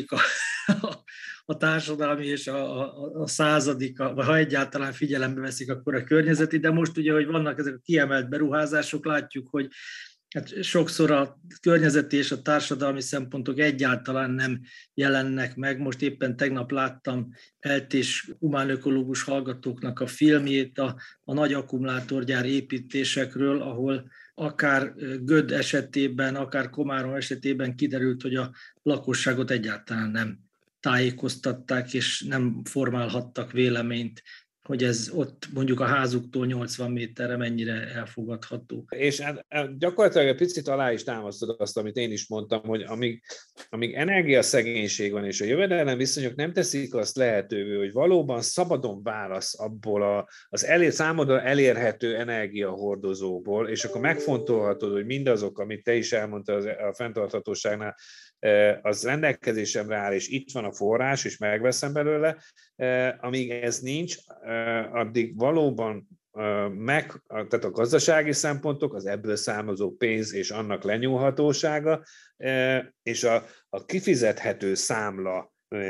a társadalmi és a 100., vagy ha egyáltalán figyelembe veszik, akkor a környezeti, de most ugye, hogy vannak ezek a kiemelt beruházások, látjuk, hogy hát sokszor a környezeti és a társadalmi szempontok egyáltalán nem jelennek meg. Most éppen tegnap láttam eltés humánökológus hallgatóknak a filmjét a nagy akkumulátorgyár építésekről, ahol akár Göd esetében, akár Komárom esetében kiderült, hogy a lakosságot egyáltalán nem tájékoztatták, és nem formálhattak véleményt, hogy ez ott mondjuk a házuktól 80 méterre mennyire elfogadható. És gyakorlatilag egy picit alá is támasztod azt, amit én is mondtam, hogy amíg energiaszegénység van, és a jövedelem viszonyok nem teszik azt lehetővé, hogy valóban szabadon válasz abból az számodra elérhető energiahordozóból, és akkor megfontolhatod, hogy mindazok, amit te is elmondtad a fenntarthatóságnál, az rendelkezésemre áll, és itt van a forrás, és megveszem belőle, amíg ez nincs, addig valóban tehát a gazdasági szempontok, az ebből származó pénz és annak lenyúlhatósága, és a kifizethető számla,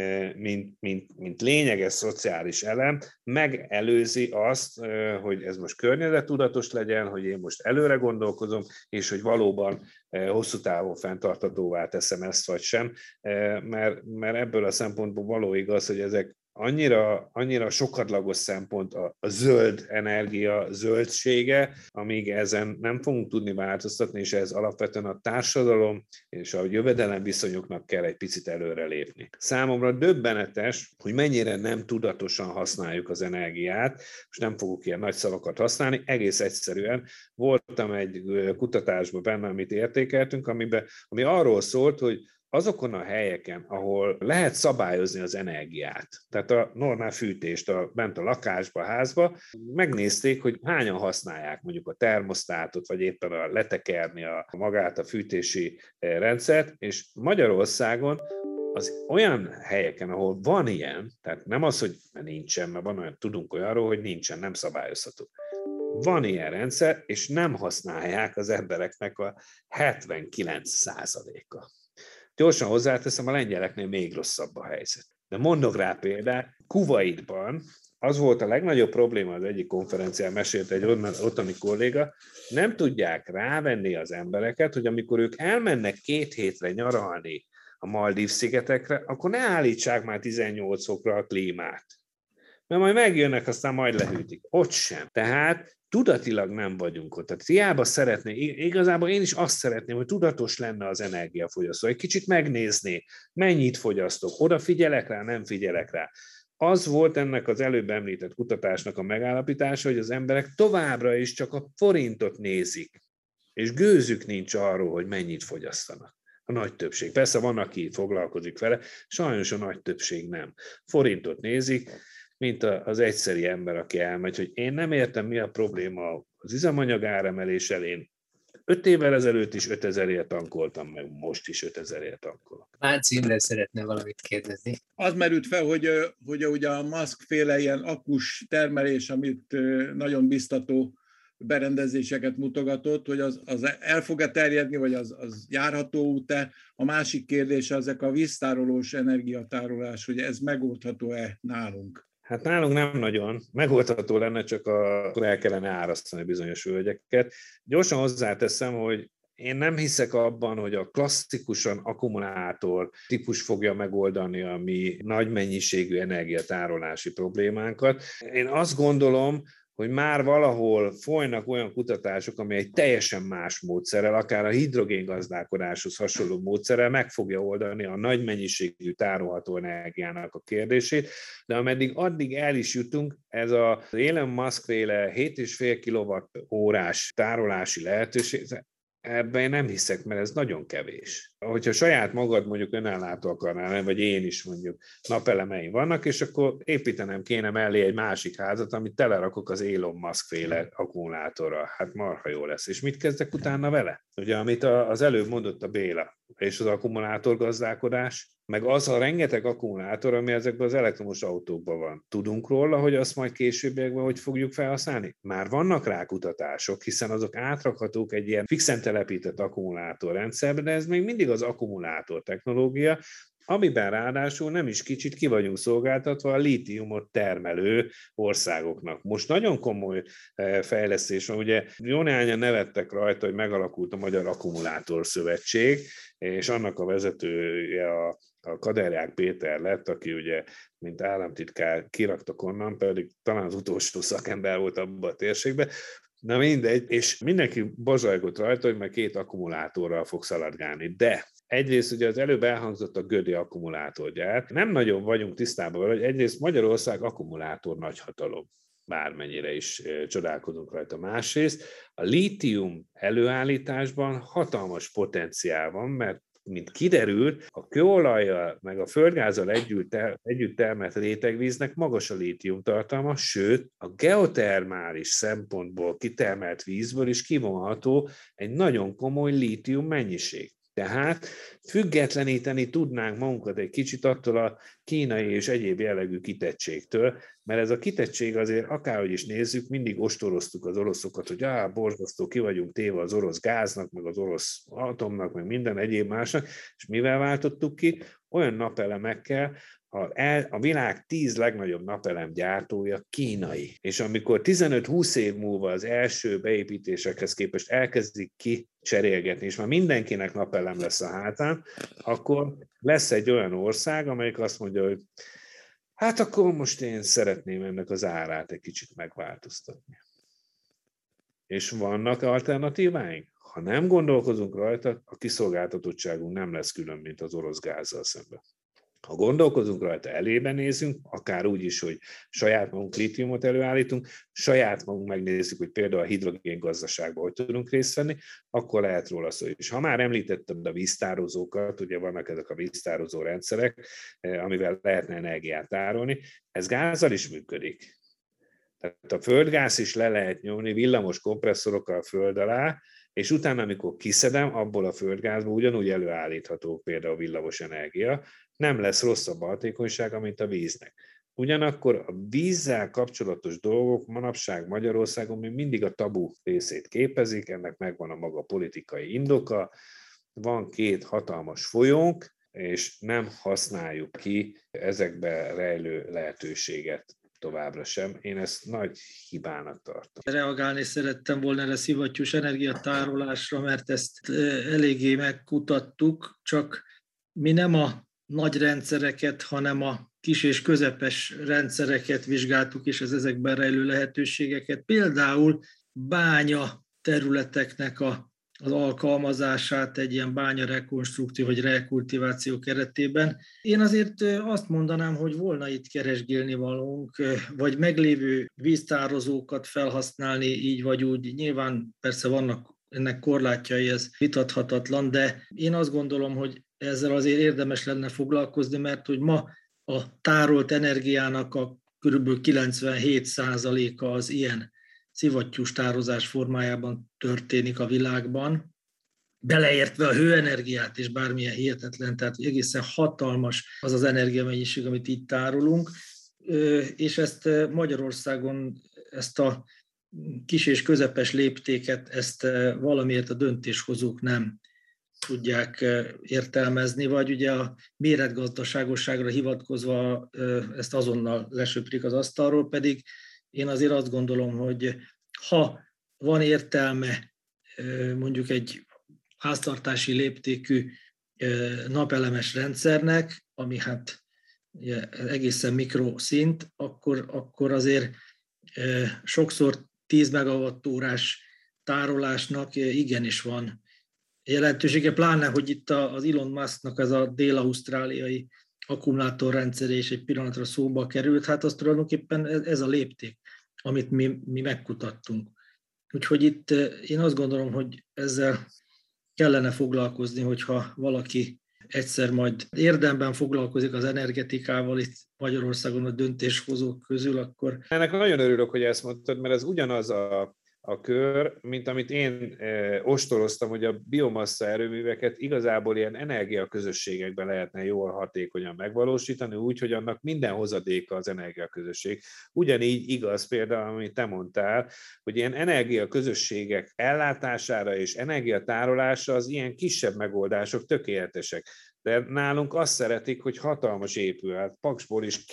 mint lényeges szociális elem, megelőzi azt, hogy ez most környezettudatos legyen, hogy én most előre gondolkozom, és hogy valóban hosszú távon fenntarthatóvá teszem ezt vagy sem, mert ebből a szempontból való igaz, hogy ezek annyira sokadlagos szempont a zöld energia zöldsége, amíg ezen nem fogunk tudni változtatni, és ez alapvetően a társadalom és a jövedelem viszonyoknak kell egy picit előrelépni. Számomra döbbenetes, hogy mennyire nem tudatosan használjuk az energiát, és nem fogok ilyen nagy szavakat használni, egész egyszerűen voltam egy kutatásban benne, amit értékeltünk, ami arról szólt, hogy azokon a helyeken, ahol lehet szabályozni az energiát, tehát a normál fűtést bent a lakásba, a házba, megnézték, hogy hányan használják mondjuk a termosztátot, vagy éppen letekerni magát a fűtési rendszert, és Magyarországon az olyan helyeken, ahol van ilyen, tehát nem az, hogy nincsen, mert van olyan, tudunk olyanról, hogy nincsen, nem szabályozható. Van ilyen rendszer, és nem használják az embereknek a 79%-a. Gyorsan hozzáteszem, a lengyeleknél még rosszabb a helyzet. De mondok rá példát, Kuwaitban az volt a legnagyobb probléma, az egyik konferencián mesélt egy ottani kolléga, nem tudják rávenni az embereket, hogy amikor ők elmennek 2 hétre nyaralni a Maldív-szigetekre, akkor ne állítsák már 18 fokra a klímát. Mert majd megjönnek, aztán majd lehűtik. Ott sem. Tehát tudatilag nem vagyunk ott. Tehát hiába igazából én is azt szeretném, hogy tudatos lenne az energiafogyasztó. Egy kicsit megnézni, mennyit fogyasztok, oda figyelek rá, nem figyelek rá. Az volt ennek az előbb említett kutatásnak a megállapítása, hogy az emberek továbbra is csak a forintot nézik, és gőzük nincs arról, hogy mennyit fogyasztanak. A nagy többség. Persze van, aki foglalkozik vele, sajnos a nagy többség nem. Forintot nézik, mint az egyszeri ember, aki elmegy, hogy én nem értem, mi a probléma az üzemanyag áremeléssel, én 5 évvel ezelőtt is 5000-ért tankoltam, meg most is 5000-ért tankolok. Mánc Imre szeretne valamit kérdezni. Az merült fel, hogy ugye a Musk-féle ilyen akkus termelés, amit nagyon biztató berendezéseket mutogatott, hogy az el fog-e terjedni, vagy az járható út-e. A másik kérdés ezek a víztárolós energiatárolás, hogy ez megoldható-e nálunk? Hát nálunk nem nagyon. Megoldható lenne, csak akkor el kellene árasztani bizonyos völgyeket. Gyorsan hozzáteszem, hogy én nem hiszek abban, hogy a klasszikusan akkumulátor típus fogja megoldani a mi nagy mennyiségű energiatárolási problémánkat. Én azt gondolom, hogy már valahol folynak olyan kutatások, ami egy teljesen más módszerrel, akár a hidrogéngazdálkodáshoz hasonló módszerrel meg fogja oldani a nagy mennyiségű tárolható energiának a kérdését, de addig el is jutunk, ez az Elon Musk-féle 7,5 kWh tárolási lehetőség, ebben én nem hiszek, mert ez nagyon kevés. Hogyha saját magad mondjuk önállátó akarnál, vagy én is mondjuk napelemeim vannak, és akkor építenem kéne mellé egy másik házat, amit telerakok az Elon Musk-féle akkumulátorra. Hát marha jó lesz. És mit kezdek utána vele? Ugye, amit az előbb mondott a Béla, és az akkumulátorgazdálkodás, meg az a rengeteg akkumulátor, ami ezekben az elektromos autókban van. Tudunk róla, hogy azt majd későbbiekben hogy fogjuk felhasználni? Már vannak rá kutatások, hiszen azok átrakhatók egy ilyen fixen telepített akkumulátorrendszerbe, de ez még mindig az akkumulátor technológia, amiben ráadásul nem is kicsit ki vagyunk szolgáltatva a lítiumot termelő országoknak. Most nagyon komoly fejlesztés van, ugye jó néhányan nevettek rajta, hogy megalakult a Magyar Akkumulátor Szövetség, és annak a vezetője a Kaderják Péter lett, aki ugye, mint államtitkár kiraktak onnan, pedig talán az utolsó szakember volt abban a térségben. Na mindegy, és mindenki bazsajgott rajta, hogy majd 2 akkumulátorral fog szaladgálni. De egyrészt ugye az előbb elhangzott a Gödi akkumulátorgyár. Nem nagyon vagyunk tisztában vele, hogy egyrészt Magyarország akkumulátor nagyhatalom, bármennyire is csodálkozunk rajta. Másrészt a lítium előállításban hatalmas potenciál van, mert mint kiderült, a kőolajjal meg a földgázzal együtt termelt rétegvíznek magas a lítium tartalma, sőt, a geotermális szempontból kitermelt vízből is kivonható egy nagyon komoly lítium mennyiség. Tehát függetleníteni tudnánk magunkat egy kicsit attól a kínai és egyéb jellegű kitettségtől, mert ez a kitettség azért, akárhogy is nézzük, mindig ostoroztuk az oroszokat, hogy borzasztó, ki vagyunk téve az orosz gáznak, meg az orosz atomnak, meg minden egyéb másnak, és mivel váltottuk ki? Olyan napelemekkel, a világ 10 legnagyobb napelem gyártója kínai. És amikor 15-20 év múlva az első beépítésekhez képest elkezdik kicserélgetni, és már mindenkinek napelem lesz a hátán, akkor lesz egy olyan ország, amelyik azt mondja, hogy hát akkor most én szeretném ennek az árát egy kicsit megváltoztatni. És vannak alternatíváink? Ha nem gondolkozunk rajta, a kiszolgáltatottságunk nem lesz külön, mint az orosz gázzal szemben. Ha gondolkozunk rajta, elébe nézünk, akár úgy is, hogy saját magunk lítiumot előállítunk, saját magunk megnézzük, hogy például a hidrogén gazdaságban hogy tudunk részt venni, akkor lehet róla szó. És ha már említettem a víztározókat, ugye vannak ezek a víztározó rendszerek, amivel lehetne energiát tárolni, ez gázzal is működik. Tehát a földgáz is le lehet nyomni villamos kompresszorokkal a föld alá, és utána, amikor kiszedem, abból a földgázból ugyanúgy előállítható például villamos energia, nem lesz rosszabb a hatékonysága, mint a víznek. Ugyanakkor a vízzel kapcsolatos dolgok manapság Magyarországon még mindig a tabu részét képezik, ennek megvan a maga politikai indoka, van 2 hatalmas folyónk, és nem használjuk ki ezekbe rejlő lehetőséget továbbra sem. Én ezt nagy hibának tartom. Reagálni szerettem volna erre szivattyús energiatárolásra, mert ezt eléggé megkutattuk, csak mi nem a nagy rendszereket, hanem a kis és közepes rendszereket vizsgáltuk, és az ezekben rejlő lehetőségeket. Például bánya területeknek az alkalmazását egy ilyen bányarekonstrukció vagy rekultiváció keretében. Én azért azt mondanám, hogy volna itt keresgélni valónk, vagy meglévő víztározókat felhasználni így vagy úgy. Nyilván persze vannak ennek korlátjai, ez vitathatatlan, de én azt gondolom, hogy ezzel azért érdemes lenne foglalkozni, mert hogy ma a tárolt energiának a körülbelül 97%-a az ilyen szivattyús tározás formájában történik a világban, beleértve a hőenergiát és bármilyen hihetetlen, tehát egészen hatalmas az az energiamennyiség, amit itt tárolunk, és ezt Magyarországon, ezt a kis és közepes léptéket, ezt valamiért a döntéshozók nem tudják értelmezni, vagy ugye a méretgazdaságosságra hivatkozva ezt azonnal lesöprik az asztalról, pedig én azért azt gondolom, hogy ha van értelme mondjuk egy háztartási léptékű napelemes rendszernek, ami hát ugye egészen mikroszint, akkor azért sokszor 10 megawattórás tárolásnak igenis van jelentősége, pláne, hogy itt az Elon Musknak ez a dél-ausztráliai akkumulátorrendszere is egy pillanatra szóba került, hát az tulajdonképpen ez a lépték, amit mi megkutattunk. Úgyhogy itt én azt gondolom, hogy ezzel kellene foglalkozni, hogyha valaki egyszer majd érdemben foglalkozik az energetikával itt Magyarországon a döntéshozók közül, akkor... Ennek nagyon örülök, hogy ezt mondtad, mert ez ugyanaz a kör, mint amit én ostoroztam, hogy a biomassa erőműveket igazából ilyen energiaközösségekben lehetne jól hatékonyan megvalósítani, úgy, hogy annak minden hozadéka az energiaközösség. Ugyanígy igaz például, amit te mondtál, hogy ilyen energiaközösségek ellátására és energiatárolásra az ilyen kisebb megoldások tökéletesek. De nálunk azt szeretik, hogy hatalmas épület, Paksból is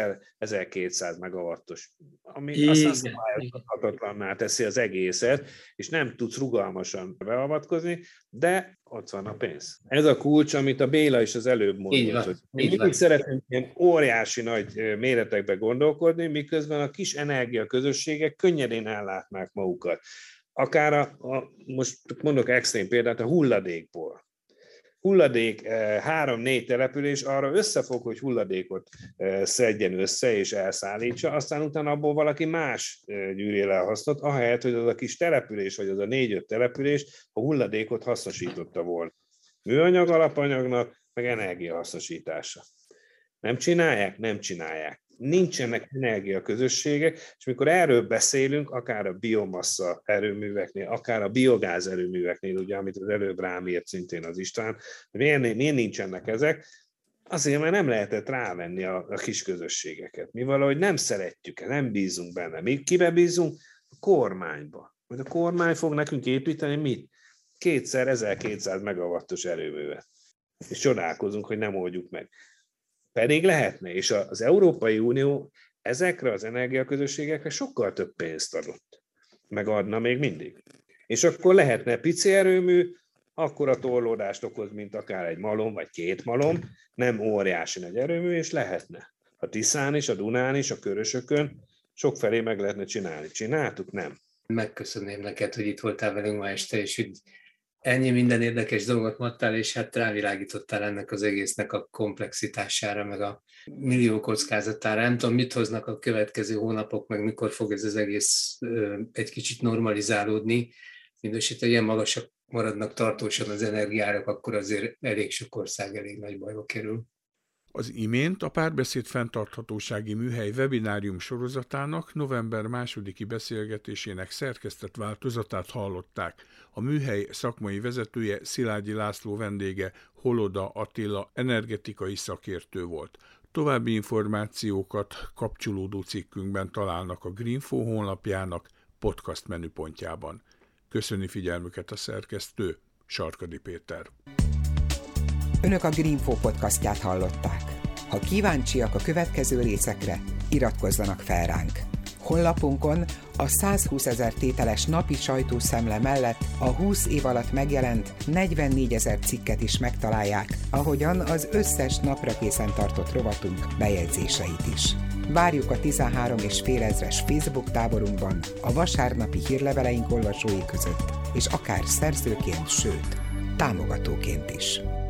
1200 megawattos, ami aztán szabályozhatatlanná teszi az egészet, és nem tudsz rugalmasan beavatkozni, de ott van a pénz. Ez a kulcs, amit a Béla is az előbb mondott, hogy mindig szeretünk ilyen óriási nagy méretekbe gondolkodni, miközben a kis energiaközösségek könnyedén ellátnák magukat. Akár most mondok extrém példát, a hulladékból. Hulladék 3-4 település arra összefog, hogy hulladékot szedjen össze és elszállítsa, aztán utána abból valaki más gyűri le a hasznot, ahelyett, hogy az a kis település, vagy az a 4-5 település a hulladékot hasznosította volna. Műanyag alapanyagnak, meg energiahasznosítása. Nem csinálják? Nem csinálják. Nincsenek energiaközösségek, és mikor erről beszélünk, akár a biomassa erőműveknél, akár a biogáz erőműveknél, ugye, amit az előbb rám írt szintén az István, miért nincsenek ezek? Azért, mert nem lehetett rávenni a kis közösségeket. Mi valahogy nem szeretjük, nem bízunk benne. Mi kibe bízunk? A kormányba. Hogy a kormány fog nekünk építeni mit? 1200 megawattos erőművet. És csodálkozunk, hogy nem oldjuk meg. Pedig lehetne, és az Európai Unió ezekre az energiaközösségekre sokkal több pénzt adott. Megadna még mindig. És akkor lehetne pici erőmű, akkora torlódást okoz, mint akár egy malom, vagy 2 malom, nem óriási nagy erőmű, és lehetne. A Tiszán is, a Dunán is, a Körösökön sokfelé meg lehetne csinálni. Csináltuk? Nem. Megköszönném neked, hogy itt voltál velünk ma este, és hogy ennyi minden érdekes dolgot mondtál, és hát rávilágítottál ennek az egésznek a komplexitására, meg a millió kockázatára. Nem tudom, mit hoznak a következő hónapok, meg mikor fog ez az egész egy kicsit normalizálódni. Mindenesetre ilyen magasak maradnak tartósan az energiárak, akkor azért elég sok ország elég nagy bajba kerül. Az imént a Párbeszéd fenntarthatósági műhely webinárium sorozatának november 2. beszélgetésének szerkesztett változatát hallották. A műhely szakmai vezetője, Szilágyi László, vendége Holoda Attila energetikai szakértő volt. További információkat kapcsolódó cikkünkben találnak a Greenfo honlapjának podcast menüpontjában. Köszöni figyelmüket a szerkesztő, Sarkadi Péter. Önök a Greenfo podcastját hallották. Ha kíváncsiak a következő részekre, iratkozzanak fel ránk. Honlapunkon a 120 000 tételes napi sajtószemle mellett a 20 év alatt megjelent 44 000 cikket is megtalálják, ahogyan az összes napra készen tartott rovatunk bejegyzéseit is. Várjuk a 13,5 ezres Facebook táborunkban, a vasárnapi hírleveleink olvasói között, és akár szerzőként, sőt, támogatóként is.